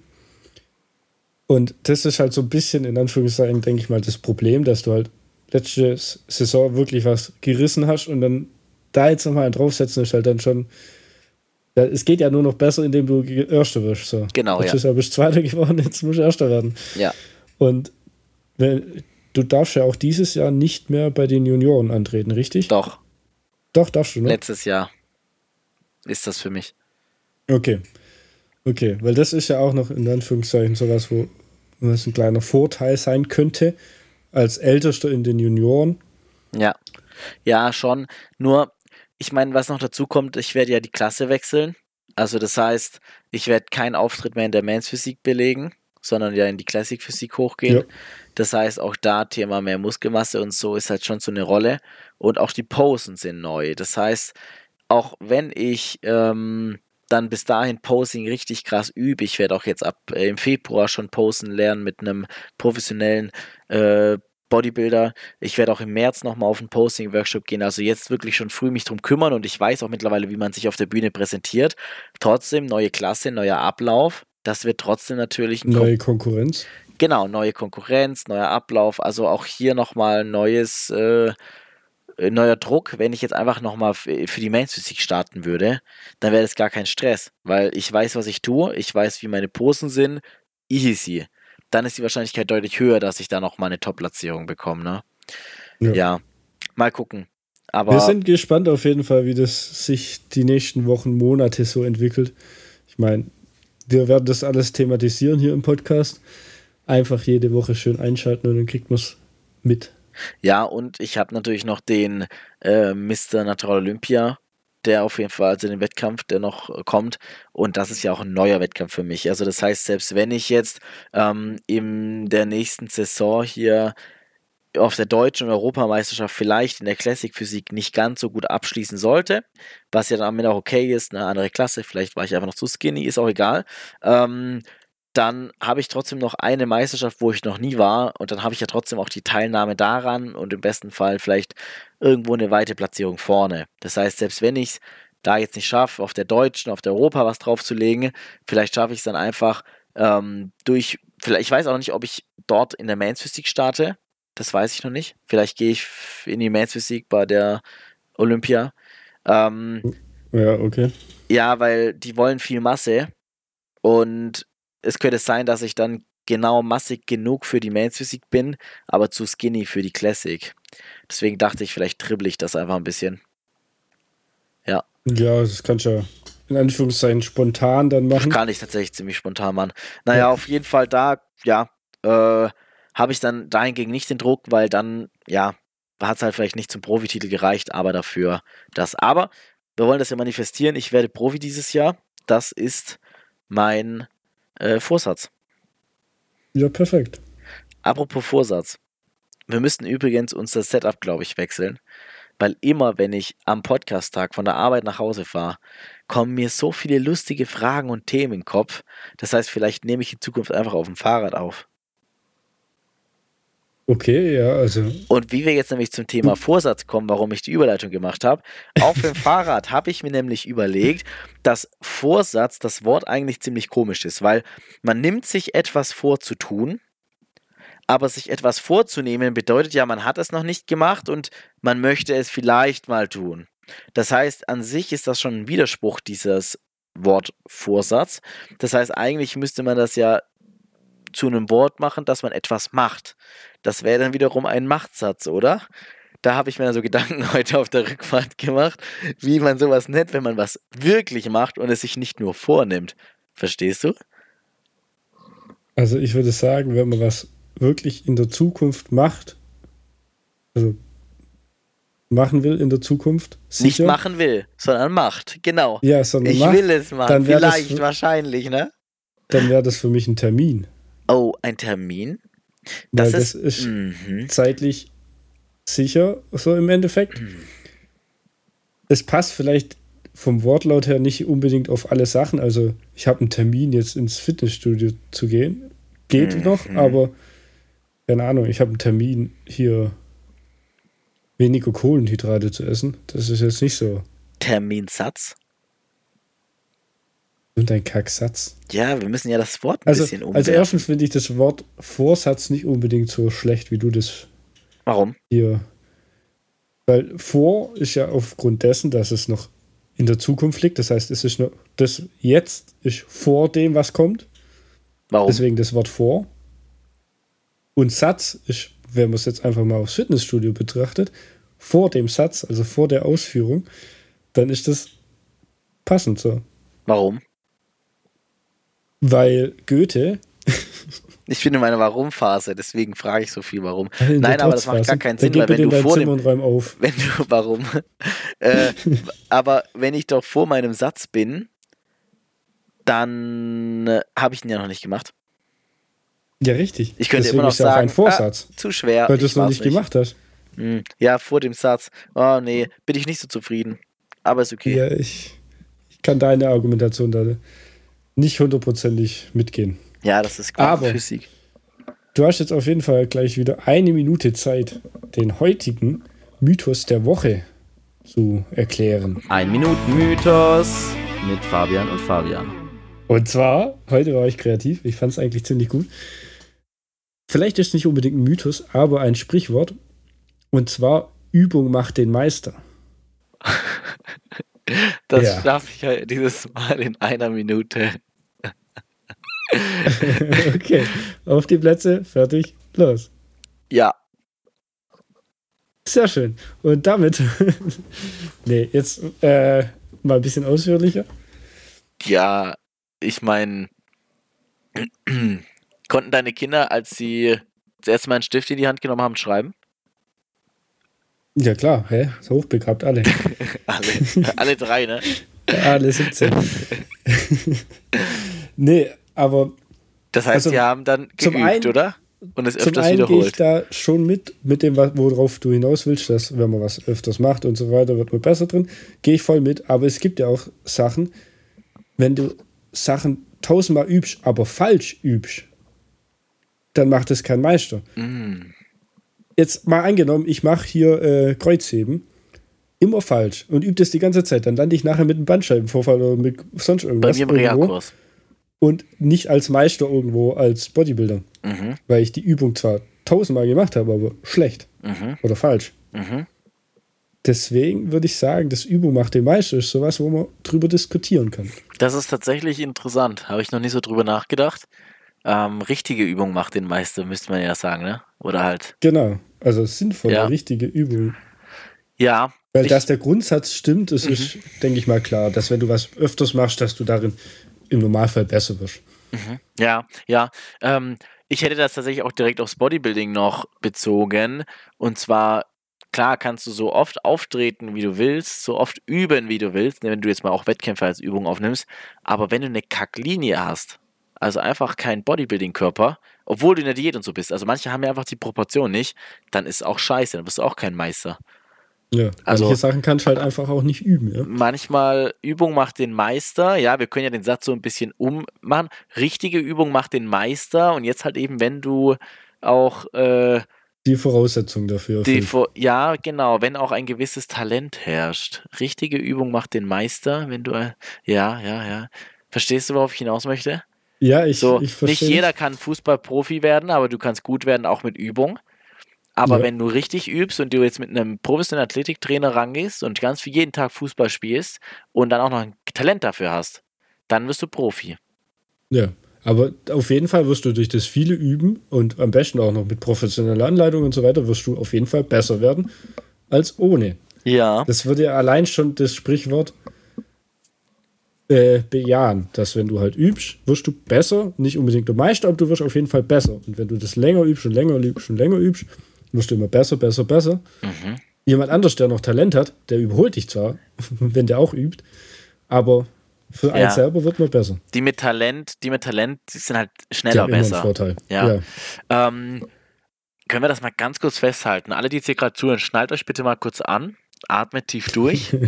Und das ist halt so ein bisschen, in Anführungszeichen, denke ich mal, das Problem, dass du halt letzte Saison wirklich was gerissen hast und dann da jetzt nochmal einen draufsetzen, ist halt dann schon. Ja, es geht ja nur noch besser, indem du Erster wirst. So. Genau, Letztes ja. Jahr bist du Zweiter geworden, jetzt musst du Erster werden. Ja, Und wenn, du darfst ja auch dieses Jahr nicht mehr bei den Junioren antreten, richtig? doch. Doch, darfst du, ne? Letztes Jahr ist das für mich. Okay. Okay, weil das ist ja auch noch in Anführungszeichen sowas, wo was ein kleiner Vorteil sein könnte, als Ältester in den Junioren. Ja, ja, schon. Nur, ich meine, was noch dazu kommt, ich werde ja die Klasse wechseln. Also das heißt, ich werde keinen Auftritt mehr in der Men's Physik belegen, sondern ja in die Classic Physik hochgehen. Ja. Das heißt, auch da Thema mehr Muskelmasse und so ist halt schon so eine Rolle. Und auch die Posen sind neu. Das heißt, auch wenn ich ähm, dann bis dahin Posing richtig krass übe, ich werde auch jetzt ab äh, im Februar schon Posen lernen mit einem professionellen äh, Bodybuilder. Ich werde auch im März nochmal auf einen Posing-Workshop gehen. Also jetzt wirklich schon früh mich drum kümmern und ich weiß auch mittlerweile, wie man sich auf der Bühne präsentiert. Trotzdem neue Klasse, neuer Ablauf. das wird trotzdem natürlich ein Neue Konkurrenz. Genau, neue Konkurrenz, neuer Ablauf, also auch hier nochmal neues, äh, äh, neuer Druck. Wenn ich jetzt einfach nochmal für die Mains Physik starten würde, dann wäre das gar kein Stress, weil ich weiß, was ich tue, ich weiß, wie meine Posen sind, easy. Dann ist die Wahrscheinlichkeit deutlich höher, dass ich da nochmal eine Top-Platzierung bekomme, ne? Ja. Ja, mal gucken. Aber Wir sind gespannt auf jeden Fall, wie das sich die nächsten Wochen, Monate so entwickelt. Ich meine, wir werden das alles thematisieren hier im Podcast. Einfach jede Woche schön einschalten und dann kriegt man es mit. ja, und ich habe natürlich noch den äh, Mister Natural Olympia, der auf jeden Fall, also den Wettkampf, der noch äh, kommt. Und das ist ja auch ein neuer Wettkampf für mich. Also das heißt, selbst wenn ich jetzt ähm, in der nächsten Saison hier auf der deutschen Europameisterschaft vielleicht in der Classic Physik nicht ganz so gut abschließen sollte, was ja dann am Ende auch okay ist, eine andere Klasse, vielleicht war ich einfach noch zu skinny, ist auch egal, ähm, dann habe ich trotzdem noch eine Meisterschaft, wo ich noch nie war und dann habe ich ja trotzdem auch die Teilnahme daran und im besten Fall vielleicht irgendwo eine weite Platzierung vorne. Das heißt, selbst wenn ich es da jetzt nicht schaffe, auf der deutschen, auf der Europa was draufzulegen, vielleicht schaffe ich es dann einfach ähm, durch, vielleicht, ich weiß auch nicht, ob ich dort in der Mains Physik starte, das weiß ich noch nicht. Vielleicht gehe ich in die Mains Physik bei der Olympia. Ähm, Ja, okay. ja, weil die wollen viel Masse und es könnte sein, dass ich dann genau massig genug für die Mains Physik bin, aber zu skinny für die Classic. Deswegen dachte ich, vielleicht dribble ich das einfach ein bisschen. Ja. Ja, das kannst du ja in Anführungszeichen spontan dann machen. Kann ich tatsächlich ziemlich spontan machen. Naja, Ja. auf jeden Fall da, ja, äh, habe ich dann dahingegen nicht den Druck, weil dann, ja, hat es halt vielleicht nicht zum Profititel gereicht, aber dafür das. Aber wir wollen das ja manifestieren. Ich werde Profi dieses Jahr. Das ist mein äh, Vorsatz. Ja, perfekt. Apropos Vorsatz. Wir müssten übrigens unser Setup, glaube ich, wechseln. Weil immer, wenn ich am Podcast-Tag von der Arbeit nach Hause fahre, kommen mir so viele lustige Fragen und Themen in den Kopf. Das heißt, vielleicht nehme ich in Zukunft einfach auf dem Fahrrad auf. Okay, ja, also. Und wie wir jetzt nämlich zum Thema Vorsatz kommen, warum ich die Überleitung gemacht habe, auf dem Fahrrad habe ich mir nämlich überlegt, dass Vorsatz, das Wort eigentlich ziemlich komisch ist, weil man nimmt sich etwas vor zu tun, aber sich etwas vorzunehmen bedeutet ja, man hat es noch nicht gemacht und man möchte es vielleicht mal tun. Das heißt, an sich ist das schon ein Widerspruch, dieses Wort Vorsatz. Das heißt, eigentlich müsste man das ja zu einem Wort machen, dass man etwas macht. Das wäre dann wiederum ein Machtsatz, oder? Da habe ich mir dann so Gedanken heute auf der Rückfahrt gemacht, wie man sowas nennt, wenn man was wirklich macht und es sich nicht nur vornimmt. Verstehst du? Also ich würde sagen, wenn man was wirklich in der Zukunft macht, also machen will in der Zukunft, Nicht sicher, machen will, sondern macht. Genau. ja, sondern Ich macht, will es machen. dann wär das Vielleicht, für- wahrscheinlich, ne? dann wäre das für mich ein Termin. Oh, ein Termin? Weil Das das ist. ist Mhm. zeitlich sicher, so im Endeffekt. Es passt vielleicht vom Wortlaut her nicht unbedingt auf alle Sachen. Also ich habe einen Termin, jetzt ins Fitnessstudio zu gehen. Geht Mhm. noch, aber keine Ahnung, ich habe einen Termin, hier weniger Kohlenhydrate zu essen. Das ist jetzt nicht so. Terminsatz? Und ein Kacksatz. Ja, wir müssen ja das Wort ein Also, bisschen also umwerfen. erstens finde ich das Wort Vorsatz nicht unbedingt so schlecht, wie du das Warum? hier. Weil vor ist ja aufgrund dessen, dass es noch in der Zukunft liegt. Das heißt, es ist noch, das jetzt ist vor dem, was kommt. Warum? Deswegen das Wort vor. Und Satz ist, wenn man es jetzt einfach mal aufs Fitnessstudio betrachtet, vor dem Satz, also vor der Ausführung, dann ist das passend so. Warum? Weil Goethe. Ich bin in meiner Warum-Phase, deswegen frage ich so viel Warum. in der Nein, aber das macht gar Trotzphase, keinen dann Sinn, geh weil bitte wenn in du dein vor Zimmer dem. und räum auf. Wenn du. Warum? äh, aber wenn ich doch vor meinem Satz bin, dann äh, habe ich ihn ja noch nicht gemacht. Ja, richtig. Ich könnte Deswegen immer noch ist ja auch sagen, ein Vorsatz, ah, zu schwer. weil du ich es noch war's nicht gemacht hast. Hm, ja, vor dem Satz. Oh nee, bin ich nicht so zufrieden. Aber ist okay. Ja, ich, ich kann deine Argumentation da nicht hundertprozentig mitgehen. Ja, das ist Aber- Physik. Du hast jetzt auf jeden Fall gleich wieder eine Minute Zeit, den heutigen Mythos der Woche zu erklären. Ein Minuten Mythos mit Fabian und Fabian. Und zwar, heute war ich kreativ, ich fand es eigentlich ziemlich gut. Vielleicht ist es nicht unbedingt ein Mythos, aber ein Sprichwort. Und zwar, Übung macht den Meister. Das Ja. schaffe ich halt dieses Mal in einer Minute. Okay, auf die Plätze, fertig, los. Ja. Sehr schön. Und damit, nee, jetzt äh, mal ein bisschen ausführlicher. Ja, ich meine, konnten deine Kinder, als sie das erste Mal einen Stift in die Hand genommen haben, schreiben? Ja klar, hä? So hochbegabt, alle. alle, alle drei, ne? Alle siebzehn. Nee, aber das heißt, also, die haben dann zum geübt, einen- oder? Und es zum öfters einen gehe ich wiederholt. da schon mit, mit dem, was- worauf du hinaus willst, dass wenn man was öfters macht und so weiter, wird man besser drin. Gehe ich voll mit, aber es gibt ja auch Sachen, wenn du Sachen tausendmal übst, aber falsch übst, dann macht es kein Meister. Mm. Jetzt mal angenommen, ich mache hier äh, Kreuzheben, immer falsch und übe das die ganze Zeit, dann lande ich nachher mit einem Bandscheibenvorfall oder mit sonst Bei irgendwas mir im irgendwo Reha-Kurs. und nicht als Meister irgendwo, als Bodybuilder, Mhm, weil ich die Übung zwar tausendmal gemacht habe, aber schlecht mhm, oder falsch. mhm. Deswegen würde ich sagen, das Übung macht den Meister ist sowas, wo man drüber diskutieren kann. Das ist tatsächlich interessant. Habe ich noch nie so drüber nachgedacht. Ähm, richtige Übung macht den Meister, müsste man ja sagen, ne? Oder halt. Genau, also sinnvolle, Ja. richtige Übung. Ja. Weil ich, dass der Grundsatz stimmt, das Mhm. ist, denke ich mal, klar, dass wenn du was öfters machst, dass du darin im Normalfall besser wirst. Mhm. Ja, ja. Ähm, ich hätte das tatsächlich auch direkt aufs Bodybuilding noch bezogen. Und zwar, klar, kannst du so oft auftreten, wie du willst, so oft üben, wie du willst, ne, wenn du jetzt mal auch Wettkämpfe als Übung aufnimmst. Aber wenn du eine Kacklinie hast, also einfach kein Bodybuilding-Körper, obwohl du in der Diät und so bist, also manche haben ja einfach die Proportion nicht, dann ist auch scheiße, dann bist du auch kein Meister. Ja, Also- manche Sachen kannst du halt einfach auch nicht üben, ja. Manchmal Übung macht den Meister. Ja, wir können ja den Satz so ein bisschen ummachen. Richtige Übung macht den Meister. Und jetzt halt eben, wenn du auch äh, Die Voraussetzung dafür die, erfüllt. Vor- ja, genau, wenn auch ein gewisses Talent herrscht. Richtige Übung macht den Meister, wenn du äh, ja, ja, ja. Verstehst du, worauf ich hinaus möchte? Ja, ich, So, ich nicht verstehe. jeder kann Fußballprofi werden, aber du kannst gut werden auch mit Übung. Aber Ja. wenn du richtig übst und du jetzt mit einem professionellen Athletiktrainer rangehst und ganz für jeden Tag Fußball spielst und dann auch noch ein Talent dafür hast, dann wirst du Profi. Ja, aber auf jeden Fall wirst du durch das viele Üben und am besten auch noch mit professioneller Anleitung und so weiter, wirst du auf jeden Fall besser werden als ohne. Ja. Das würde ja allein schon das Sprichwort äh, bejahen, dass wenn du halt übst, wirst du besser, nicht unbedingt der Meister, aber du wirst auf jeden Fall besser. Und wenn du das länger übst und länger übst und länger übst, wirst du immer besser, besser, besser. Mhm. Jemand anders, der noch Talent hat, der überholt dich zwar, wenn der auch übt, aber für Ja. einen selber wird man besser. Die mit Talent, die mit Talent, die sind halt Die schneller haben immer einen besser. Vorteil. Ja. Ja. Ähm, können wir das mal ganz kurz festhalten? Alle, die jetzt hier gerade zuhören, schnallt euch bitte mal kurz an, atmet tief durch.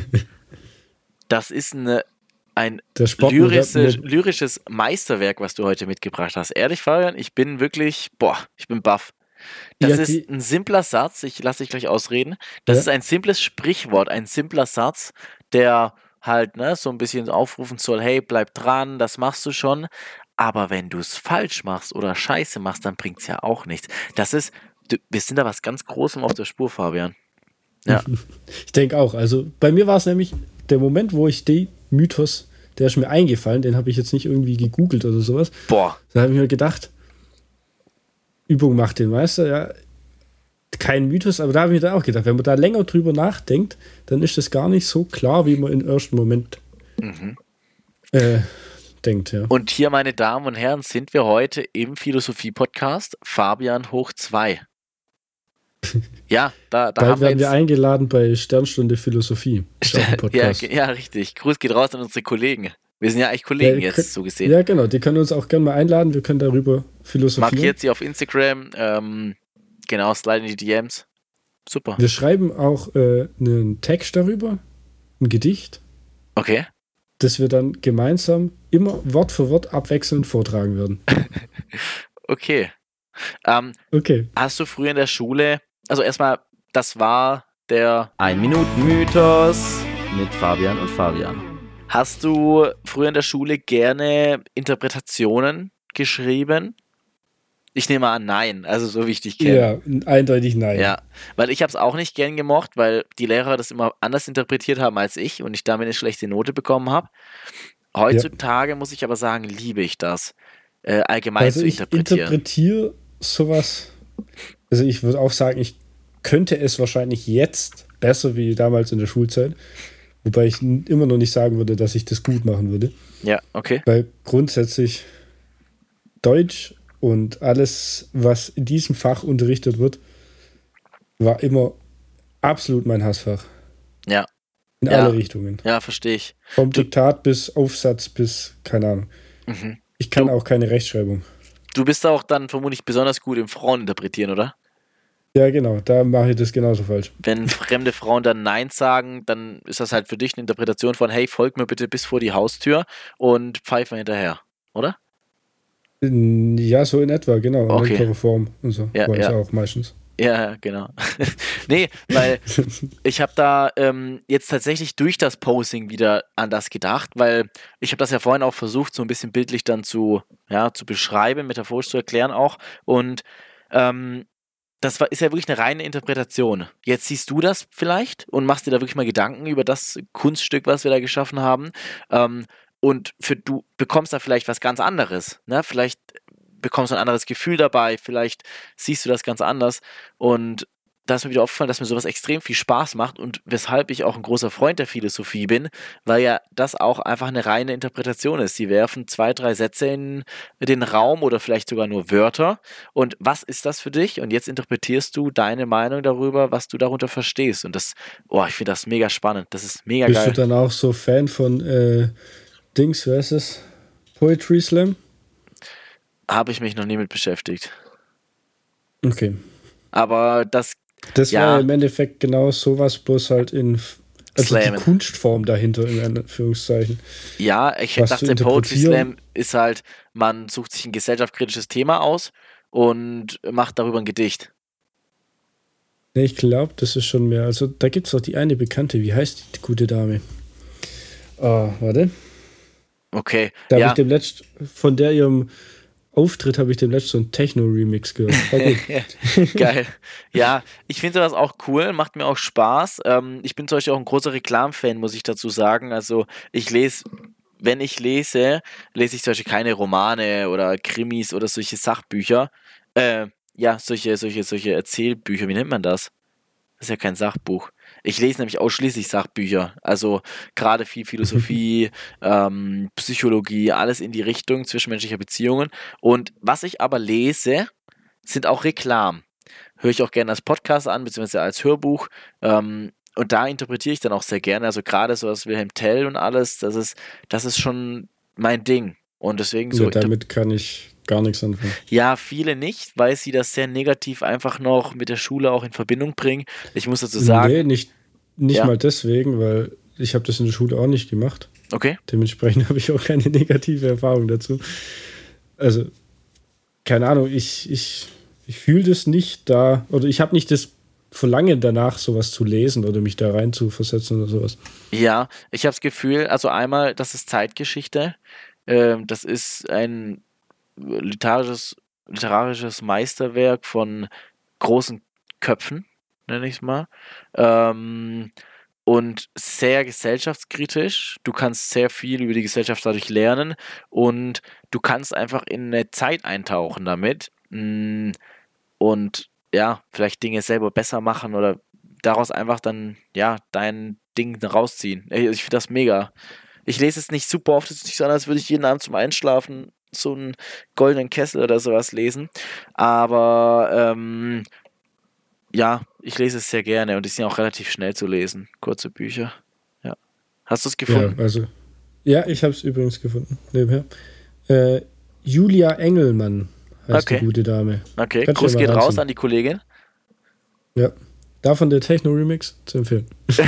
Das ist eine, ein Der Sport lyrisches, lyrisches Meisterwerk, was du heute mitgebracht hast. Ehrlich, Fabian, ich bin wirklich, boah, ich bin baff. Das Ja, ist die- ein simpler Satz, ich lasse dich gleich ausreden. Das Ja. ist ein simples Sprichwort, ein simpler Satz, der halt ne, so ein bisschen aufrufen soll, hey, bleib dran, das machst du schon. Aber wenn du es falsch machst oder Scheiße machst, dann bringt es ja auch nichts. Das ist, du, wir sind da was ganz Großem auf der Spur, Fabian. Ja. Ich denke auch. Also bei mir war es nämlich der Moment, wo ich den Mythos, der ist mir eingefallen, den habe ich jetzt nicht irgendwie gegoogelt oder sowas. Boah. Da habe ich mir gedacht, Übung macht den Meister, ja. Kein Mythos, aber da habe ich mir da auch gedacht, wenn man da länger drüber nachdenkt, dann ist das gar nicht so klar, wie man im ersten Moment Mhm. äh, denkt, ja. Und hier, meine Damen und Herren, sind wir heute im Philosophie-Podcast Fabian hoch zwei. Ja, da, da Bald haben wir werden wir jetzt... eingeladen bei Sternstunde Philosophie. Ist auch ein Ja, Podcast. ge- ja, richtig. Gruß geht raus an unsere Kollegen. Wir sind ja eigentlich Kollegen Ja, jetzt, könnt- so gesehen. Ja, genau, die können uns auch gerne mal einladen, wir können darüber philosophieren. Markiert sie auf Instagram. Ähm, genau, slide in die D Ms. Super. Wir schreiben auch äh, einen Text darüber, ein Gedicht, Okay. das wir dann gemeinsam immer Wort für Wort abwechselnd vortragen werden. Okay. Ähm, Okay. hast du früher in der Schule, also erstmal, das war der Ein Minuten Mythos mit Fabian und Fabian. Hast du früher in der Schule gerne Interpretationen geschrieben? Ich nehme an, nein. Also so wie ich dich kenne. Ja, eindeutig nein. Ja, weil ich habe es auch nicht gern gemocht, weil die Lehrer das immer anders interpretiert haben als ich und ich damit eine schlechte Note bekommen habe. Heutzutage muss ich aber sagen, liebe ich das, äh, allgemein Also zu ich interpretieren. interpretiere sowas, also ich würde auch sagen, ich könnte es wahrscheinlich jetzt besser wie damals in der Schulzeit, wobei ich n- immer noch nicht sagen würde, dass ich das gut machen würde, Ja, okay. weil grundsätzlich Deutsch und alles, was in diesem Fach unterrichtet wird, war immer absolut mein Hassfach. Ja, In ja, alle Richtungen. ja, verstehe ich. Vom Du, Diktat bis Aufsatz bis, keine Ahnung. mhm. Ich kann Du, auch keine Rechtschreibung. du bist auch dann vermutlich besonders gut im Frauen interpretieren, oder? Ja, genau, da mache ich das genauso falsch. Wenn fremde Frauen dann Nein sagen, dann ist das halt für dich eine Interpretation von, hey, folg mir bitte bis vor die Haustür und pfeif mir hinterher, oder? Ja, so in etwa, genau. In Okay, älterer Form und so ja, war ich ja, auch meistens. ja, genau. Nee, weil ich habe da ähm, jetzt tatsächlich durch das Posing wieder an das gedacht, weil ich habe das ja vorhin auch versucht, so ein bisschen bildlich dann zu, ja, zu beschreiben, metaphorisch zu erklären auch. Und ähm, das war, ist ja wirklich eine reine Interpretation. Jetzt siehst du das vielleicht und machst dir da wirklich mal Gedanken über das Kunststück, was wir da geschaffen haben. Ähm, und für du bekommst da vielleicht was ganz anderes. Ne? Vielleicht bekommst du ein anderes Gefühl dabei, vielleicht siehst du das ganz anders. Und da ist mir wieder aufgefallen, dass mir sowas extrem viel Spaß macht und weshalb ich auch ein großer Freund der Philosophie bin, weil ja das auch einfach eine reine Interpretation ist. Sie werfen zwei, drei Sätze in den Raum oder vielleicht sogar nur Wörter. Und was ist das für dich? Und jetzt interpretierst du deine Meinung darüber, was du darunter verstehst. Und das, oh, ich finde das mega spannend. Das ist mega Bist du geil. dann auch so Fan von äh, Dings, wer ist es? Poetry Slam? Habe ich mich noch nie mit beschäftigt. Okay. Aber das, Das wäre ja, im Endeffekt genau sowas, bloß halt in. Also die Slammen. Kunstform dahinter, in Anführungszeichen. Ja, ich Was zu dachte, Poetry interpretieren. Slam ist halt, man sucht sich ein gesellschaftskritisches Thema aus und macht darüber ein Gedicht. Ne, ich glaube, das ist schon mehr. Also da gibt es doch die eine Bekannte, wie heißt die gute Dame? Ah, warte. Okay, Da habe ich ja. dem letzt, von der ihrem Auftritt habe ich dem letzt so einen Techno-Remix gehört. War gut. Geil. Ja, ich finde sowas auch cool, macht mir auch Spaß. Ähm, ich bin zum Beispiel auch ein großer Reklam-Fan, muss ich dazu sagen. Also ich lese, wenn ich lese, lese ich zum Beispiel keine Romane oder Krimis oder solche Sachbücher. Äh, ja, solche, solche, solche Erzählbücher, wie nennt man das? Das ist ja kein Sachbuch. Ich lese nämlich ausschließlich Sachbücher. Also gerade viel Philosophie, ähm, Psychologie, alles in die Richtung zwischenmenschlicher Beziehungen. Und was ich aber lese, sind auch Reklamen. Höre ich auch gerne als Podcast an, beziehungsweise als Hörbuch. Ähm, und da interpretiere ich dann auch sehr gerne. Also gerade so was Wilhelm Tell und alles, das ist, das ist schon mein Ding. Und deswegen so. Ja, damit kann ich gar nichts anfangen. Ja, viele nicht, weil sie das sehr negativ einfach noch mit der Schule auch in Verbindung bringen. Ich muss dazu sagen. Nee, nicht, nicht Ja. mal deswegen, weil ich habe das in der Schule auch nicht gemacht. Okay. Dementsprechend habe ich auch keine negative Erfahrung dazu. Also, keine Ahnung, ich, ich, ich fühle das nicht da, oder ich habe nicht das Verlangen danach, sowas zu lesen oder mich da rein zu versetzen oder sowas. Ja, ich habe das Gefühl, also einmal, das ist Zeitgeschichte. Ähm, das ist ein literarisches, literarisches Meisterwerk von großen Köpfen, nenne ich es mal. Ähm, und sehr gesellschaftskritisch. Du kannst sehr viel über die Gesellschaft dadurch lernen und du kannst einfach in eine Zeit eintauchen damit. Mm, Und ja, vielleicht Dinge selber besser machen oder daraus einfach dann, ja, dein Ding rausziehen. Ey, Ich finde das mega. Ich lese es nicht super oft, es ist nicht so, als würde ich jeden Abend zum Einschlafen so einen goldenen Kessel oder sowas lesen. Aber ähm, ja, ich lese es sehr gerne und die sind auch relativ schnell zu lesen. Kurze Bücher. Ja. Hast du es Ja, gefunden? also, ja, ich habe es übrigens gefunden, nebenher. Äh, Julia Engelmann heißt Okay. die gute Dame. Okay, Kannst du Gruß ja mal geht raus reinziehen. an die Kollegin. Ja, davon der Techno-Remix zu empfehlen.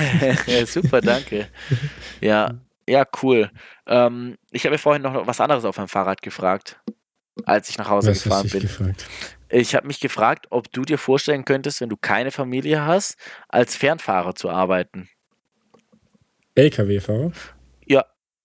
Super, danke. Ja, ja, cool. Ähm, ich habe mir vorhin noch was anderes auf meinem Fahrrad gefragt, als ich nach Hause Was hast gefahren du dich bin. gefragt? Ich habe mich gefragt, ob du dir vorstellen könntest, wenn du keine Familie hast, als Fernfahrer zu arbeiten. L K W-Fahrer? Ja,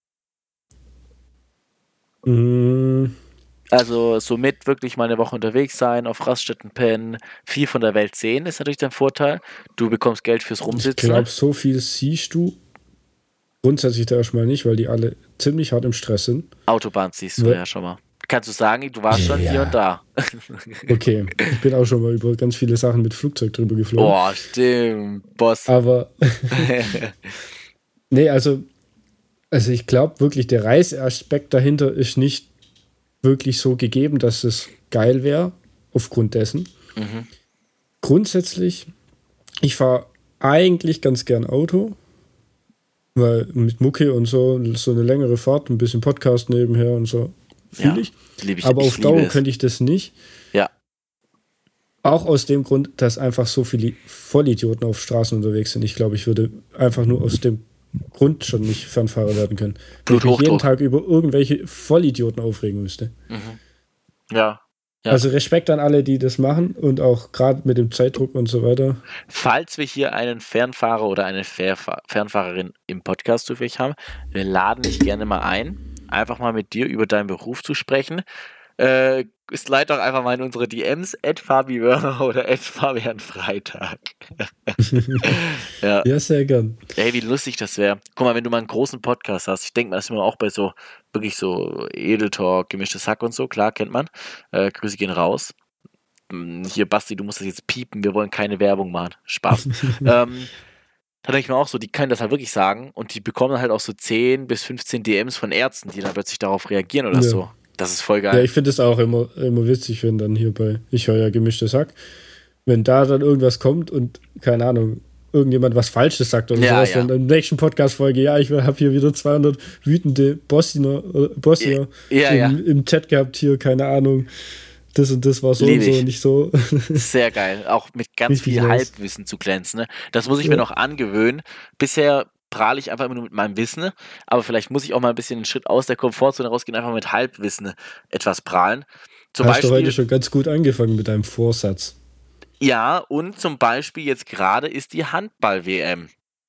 Mm, Also somit wirklich mal eine Woche unterwegs sein, auf Raststätten pennen, viel von der Welt sehen, ist natürlich dein Vorteil. Du bekommst Geld fürs ich Rumsitzen. glaube, so viel siehst du grundsätzlich da erstmal nicht, weil die alle ziemlich hart im Stress sind. Autobahn siehst du Weil- ja schon mal. Kannst du sagen, du warst schon Ja. hier und da. Okay, ich bin auch schon mal über ganz viele Sachen mit Flugzeug drüber geflogen. Boah, stimmt, Boss. Aber nee, also, also ich glaube wirklich, der Reiseaspekt dahinter ist nicht wirklich so gegeben, dass es geil wäre, aufgrund dessen. Mhm. Grundsätzlich, ich fahre eigentlich ganz gern Auto, weil mit Mucke und so, so eine längere Fahrt, ein bisschen Podcast nebenher und so, fühle Ja, ich. lieb ich. Aber ich auf Dauer liebe es. könnte ich das nicht. Ja, Auch aus dem Grund, dass einfach so viele Vollidioten auf Straßen unterwegs sind. Ich glaube, ich würde einfach nur aus dem Grund schon nicht Fernfahrer werden können. Wenn ich mich jeden Bluthochdruck. Tag über irgendwelche Vollidioten aufregen müsste. Ja. Ja. Also Respekt an alle, die das machen und auch gerade mit dem Zeitdruck und so weiter. Falls wir hier einen Fernfahrer oder eine Fernfa- Fernfahrerin im Podcast zufällig haben, wir laden dich gerne mal ein, einfach mal mit dir über deinen Beruf zu sprechen. Äh, slide doch einfach mal in unsere D Ms, at Fabi Wörner oder at Fabian Freitag. Ja. Ja, sehr gern. Ey, wie lustig das wäre. Guck mal, wenn du mal einen großen Podcast hast, ich denke mal, das ist immer auch bei so, wirklich so Edeltalk, gemischtes Hack und so, klar, kennt man. Äh, Grüße gehen raus. Hm, Hier, Basti, du musst das jetzt piepen, wir wollen keine Werbung machen. Spaß. ähm, da denke ich mir auch so, die können das halt wirklich sagen und die bekommen dann halt auch so zehn bis fünfzehn D Ms von Ärzten, die dann plötzlich darauf reagieren oder Ja. so. Das ist voll Ja, geil. ich finde es auch immer, immer witzig, wenn dann hier bei, ich höre ja gemischtes Hack, wenn da dann irgendwas kommt und, keine Ahnung, irgendjemand was Falsches sagt oder Ja, sowas, ja. dann in der nächsten Podcast-Folge, ja, ich habe hier wieder zweihundert wütende Bosnier, äh, Bosnier Ja, im, ja. im Chat gehabt, hier, keine Ahnung, das und das war so Lieb und so ich. und nicht so. Sehr geil. Auch mit ganz Richtig viel nice. Halbwissen zu glänzen. Ne? Das muss ich mir Ja. noch angewöhnen. Bisher prahle ich einfach immer nur mit meinem Wissen, aber vielleicht muss ich auch mal ein bisschen einen Schritt aus der Komfortzone rausgehen, einfach mit Halbwissen etwas prahlen. Zum Hast du heute Beispiel, schon ganz gut angefangen mit deinem Vorsatz. ja, und zum Beispiel jetzt gerade ist die Handball-W M.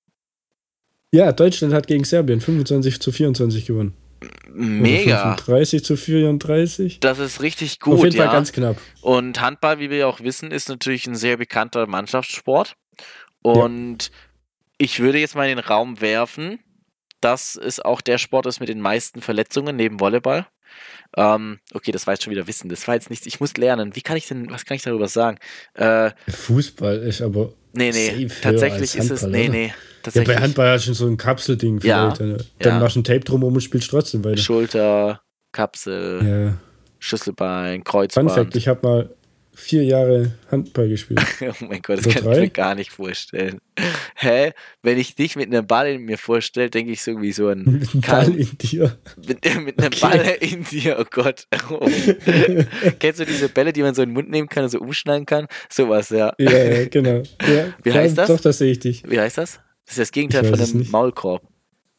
Ja, Deutschland hat gegen Serbien fünfundzwanzig zu vierundzwanzig gewonnen. Oder Mega. fünfunddreißig zu vierunddreißig. Das ist richtig gut, Auf jeden ja. Fall ganz knapp. Und Handball, wie wir ja auch wissen, ist natürlich ein sehr bekannter Mannschaftssport. Und ich würde jetzt mal in den Raum werfen, dass es auch der Sport ist mit den meisten Verletzungen neben Volleyball. Ähm, okay, das war jetzt schon wieder Wissen. Das war jetzt nichts. Ich muss lernen. Wie kann ich denn, was kann ich darüber sagen? Äh, Fußball ist aber nee, nee. safe höher Tatsächlich als ist es. Handball, Nee, oder? nee. Ja, Tatsächlich. bei Handball hast du so ein Kapselding Ja, vielleicht. Dann, dann ja. machst du ein Tape drumherum und spielst trotzdem weiter. Schulter, Kapsel, Ja. Schlüsselbein, Fun Kreuzband. Fact, ich habe mal vier Jahre Handball gespielt. Oh mein Gott, das So kann ich drei? mir gar nicht vorstellen. Hä? Wenn ich dich mit einem Ball in mir vorstelle, denke ich so irgendwie so an Mit einem Ball Karl- in dir. mit, mit einem Okay. Ball in dir, oh Gott. Oh. Kennst du diese Bälle, die man so in den Mund nehmen kann und so umschneiden kann? Sowas, ja. Ja, ja, genau. Ja, Wie ja, heißt das? Doch, das sehe ich dich. Wie heißt das? Das ist das Gegenteil Ich von weiß es einem nicht. Maulkorb.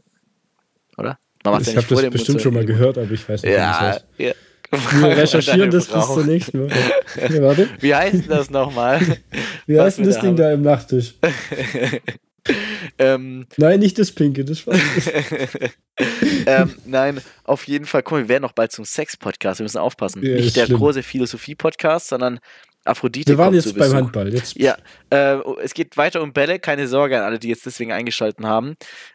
Oder? Man macht's Ich ja habe nicht vor das dem Mund, bestimmt schon mal sondern im gehört, aber ich weiß Mund. nicht, Ja, wie das heißt. ja. Wir recherchieren das bis Frau. zur nächsten Woche. Ja, warte. Wie heißt denn das nochmal? Wie Was heißt denn wir das da Ding haben. da im Nachttisch? ähm, Nein, nicht das Pinke, das war ähm, nein, auf jeden Fall. Guck mal, wir werden noch bald zum Sex-Podcast. Wir müssen aufpassen. Ja, ist Nicht der schlimm. große Philosophie-Podcast, sondern Aphrodite Wir waren kommt jetzt zu beim Besuch. Handball. Jetzt Ja, äh, es geht weiter um Bälle. Keine Sorge an alle, die jetzt deswegen eingeschaltet haben.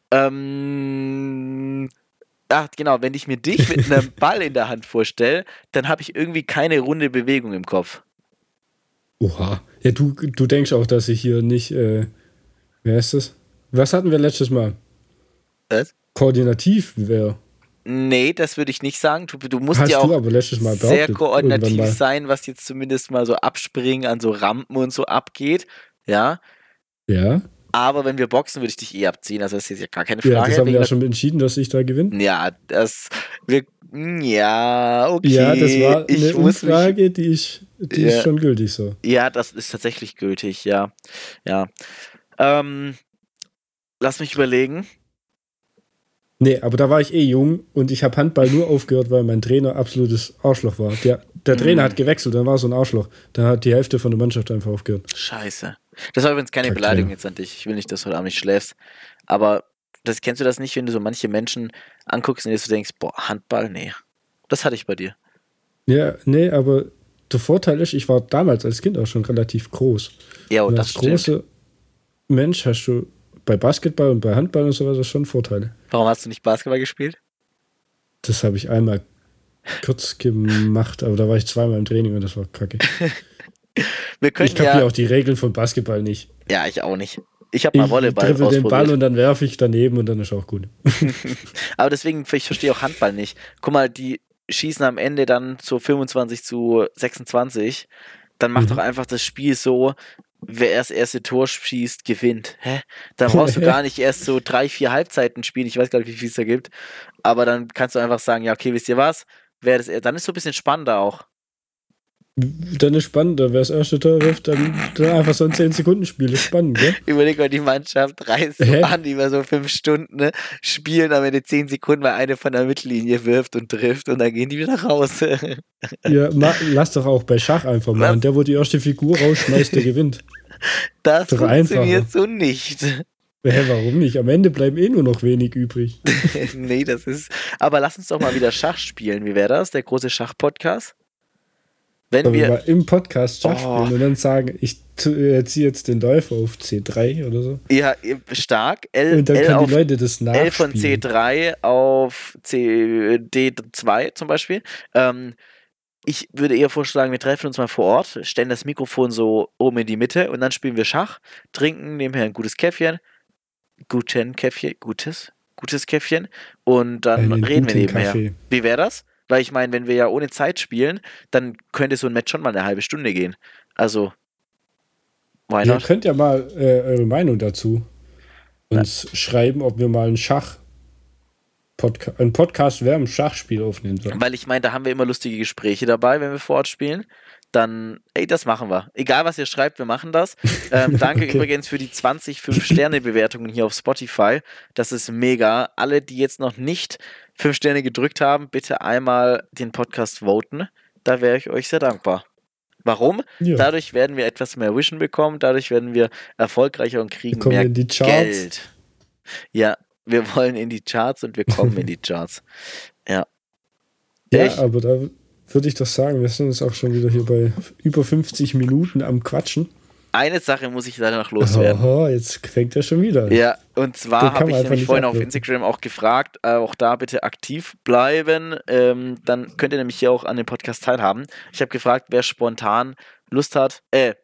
Ähm, ach, genau, wenn ich mir dich mit einem Ball in der Hand vorstelle, dann habe ich irgendwie keine runde Bewegung im Kopf. Oha. Ja, du, du denkst auch, dass ich hier nicht, äh, wer ist das? Was hatten wir letztes Mal? Was? Koordinativ wäre. Nee, das würde ich nicht sagen. Du, du musst Hast ja du auch aber letztes Mal sehr behauptet. irgendwann koordinativ mal. sein, was jetzt zumindest mal so Abspringen an so Rampen und so abgeht. Ja, Ja, aber wenn wir boxen, würde ich dich eh abziehen. Also das ist jetzt ja gar keine ja, Frage. das haben wir wegen ja der- schon entschieden, dass ich da gewinne. ja, das. Wir, ja, okay. Ja, das war ich eine muss mich, Umfrage, die, ich, die Ja. ist schon gültig so. Ja, das ist tatsächlich gültig, ja. Ja. Ähm, lass mich überlegen. Nee, aber da war ich eh jung und ich habe Handball nur aufgehört, weil mein Trainer absolutes Arschloch war. Der, der Trainer Mhm. hat gewechselt, dann war so ein Arschloch. Dann hat die Hälfte von der Mannschaft einfach aufgehört. Scheiße. Das war übrigens keine Kacke. Beleidigung jetzt an dich. Ich will nicht, dass du heute Abend nicht schläfst. Aber das, kennst du das nicht, wenn du so manche Menschen anguckst und dir so denkst, boah, Handball? Nee. Das hatte ich bei dir. Ja, nee, aber der Vorteil ist, ich war damals als Kind auch schon relativ groß. Ja, und, und das als großer stimmt. Mensch hast du bei Basketball und bei Handball und so weiter schon Vorteile. Warum hast du nicht Basketball gespielt? Das habe ich einmal kurz gemacht, aber da war ich zweimal im Training und das war kacke. Wir können Ich kapiere ja, auch die Regeln von Basketball nicht. ja, ich auch nicht. Ich habe mal Ich Volleyball treffe den Ball ausprobiert. und dann werfe ich daneben und dann ist auch gut. Aber deswegen, ich verstehe auch Handball nicht. Guck mal, die schießen am Ende dann so fünfundzwanzig zu sechsundzwanzig. Dann macht Mhm. doch einfach das Spiel so, wer das erste Tor schießt, gewinnt. Hä? Dann brauchst du gar nicht erst so drei, vier Halbzeiten spielen. Ich weiß gar nicht, wie viel es da gibt. Aber dann kannst du einfach sagen, ja, okay, wisst ihr was? Wer das, dann ist so ein bisschen spannender auch. Dann ist spannender. Wer das erste Tor wirft, dann, dann einfach so ein zehn Sekunden Spiel. Ist spannend, gell? Überleg mal, die Mannschaft reist so Hä? an, über so fünf Stunden, ne? Spielen am Ende zehn Sekunden, weil eine von der Mittellinie wirft und trifft und dann gehen die wieder raus. Ja, ma, lass doch auch bei Schach einfach machen. Was? Der, wo die erste Figur rausschmeißt, der gewinnt. Das Doch funktioniert einfacher. so nicht. Hä, warum nicht? Am Ende bleiben eh nur noch wenig übrig. Nee, das ist. Aber lass uns doch mal wieder Schach spielen. Wie wäre das? Der große Schach-Podcast? Wenn Wenn wir wir. mal im Podcast Schach Oh. spielen und dann sagen, ich tu- äh, ziehe jetzt den Läufer auf C drei oder so. Ja, stark. L, Und dann L, können auf, die Leute das L von C nachspielen. drei auf C, D zwei zum Beispiel. Ähm, ich würde eher vorschlagen, wir treffen uns mal vor Ort, stellen das Mikrofon so oben in die Mitte und dann spielen wir Schach, trinken nebenher ein gutes Käffchen. Guten Käffchen, gutes, gutes Käffchen. Und dann Einen reden wir guten nebenher. Kaffee. Wie wäre das? Weil ich meine, wenn wir ja ohne Zeit spielen, dann könnte so ein Match schon mal eine halbe Stunde gehen. Also, why Ihr not? könnt ja mal äh, eure Meinung dazu uns schreiben, ob wir mal einen Schach Podca einen Podcast während dem Schachspiel aufnehmen sollen. Weil ich meine, da haben wir immer lustige Gespräche dabei, wenn wir vor Ort spielen. Dann, ey, das machen wir. Egal, was ihr schreibt, wir machen das. Ähm, danke Okay. übrigens für die zwanzig fünf-Sterne-Bewertungen hier auf Spotify. Das ist mega. Alle, die jetzt noch nicht fünf Sterne gedrückt haben, bitte einmal den Podcast voten. Da wäre ich euch sehr dankbar. Warum? Ja. Dadurch werden wir etwas mehr Vision bekommen, dadurch werden wir erfolgreicher und kriegen Wir kommen mehr in die Charts. Geld. Ja, wir wollen in die Charts und wir kommen in die Charts. Ja. Ja, Ich? aber da würde ich doch sagen, wir sind jetzt auch schon wieder hier bei über fünfzig Minuten am Quatschen. Eine Sache muss ich leider noch loswerden. Oho, jetzt fängt er schon wieder an. Ja, und Den zwar kann habe man ich einfach nämlich nicht vorhin auf abwürgen. Instagram auch gefragt, äh, auch da bitte aktiv bleiben, ähm, dann könnt ihr nämlich hier auch an dem Podcast teilhaben. Ich habe gefragt, wer spontan Lust hat, äh,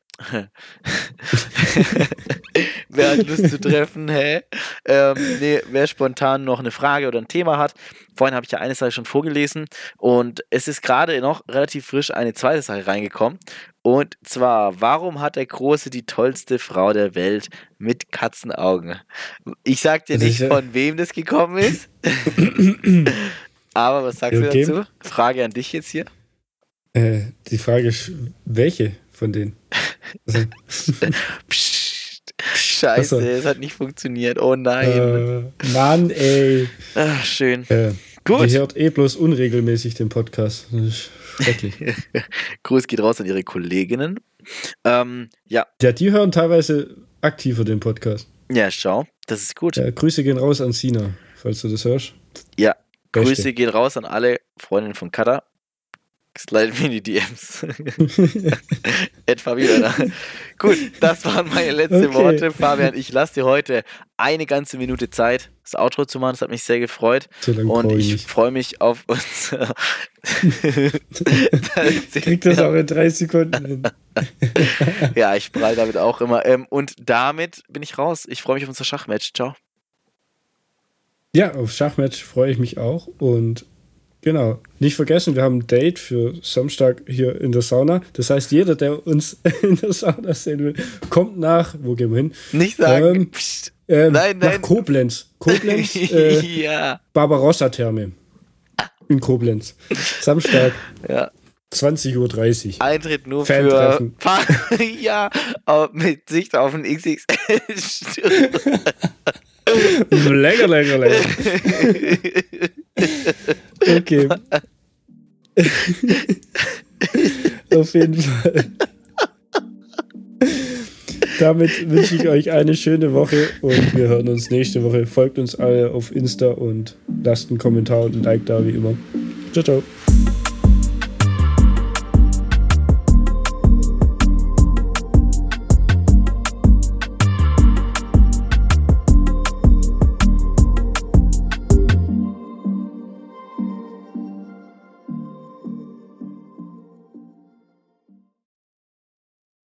wer hat Lust zu treffen, hä? Ähm, nee, wer spontan noch eine Frage oder ein Thema hat. Vorhin habe ich ja eine Sache schon vorgelesen und es ist gerade noch relativ frisch eine zweite Sache reingekommen. Und zwar, warum hat der Große die tollste Frau der Welt mit Katzenaugen? Ich sag dir Das nicht, ist ja- von wem das gekommen ist. Aber was sagst Okay. du dazu? Frage an dich jetzt hier. Äh, die Frage ist, welche von denen? Also, Psst. Scheiße, Achso. es hat nicht funktioniert. Oh nein. äh, Mann, ey. Ach, schön. Äh, Gut. Die hört eh bloß unregelmäßig den Podcast. Das ist schrecklich. Gruß geht raus an ihre Kolleginnen. Ähm, ja, Ja, die hören teilweise aktiver den Podcast. ja, schau, das ist gut. Ja, Grüße gehen raus an Sina, falls du das hörst. Ja, Beste. Grüße geht raus an alle Freundinnen von Kada. Slide mir in die D Ms. Ed Fabiana. Gut, das waren meine letzten Okay. Worte. Fabian, ich lasse dir heute eine ganze Minute Zeit, das Outro zu machen. Das hat mich sehr gefreut. So lange Und brauche ich ich nicht. freue mich auf uns. Krieg das auch in drei Sekunden hin. Ja, ich prall damit auch immer. Ähm, und damit bin ich raus. Ich freue mich auf unser Schachmatch. Ciao. Ja, auf Schachmatch freue ich mich auch. Und genau, nicht vergessen, wir haben ein Date für Samstag hier in der Sauna. Das heißt, jeder, der uns in der Sauna sehen will, kommt nach, wo gehen wir hin? Nicht sagen. Ähm, Psst. Ähm, Nein, nach nein. Koblenz. Koblenz, äh, ja. Barbarossa-Therme. In Koblenz. Samstag, Ja. zwanzig Uhr dreißig. Eintritt nur Fan-Treffen. für Fa- ja, aber mit Sicht auf ein X X L. Länger, länger, länger. Okay. Auf jeden Fall. Damit wünsche ich euch eine schöne Woche und wir hören uns nächste Woche. Folgt uns alle auf Insta und lasst einen Kommentar und ein Like da, wie immer. Ciao, ciao.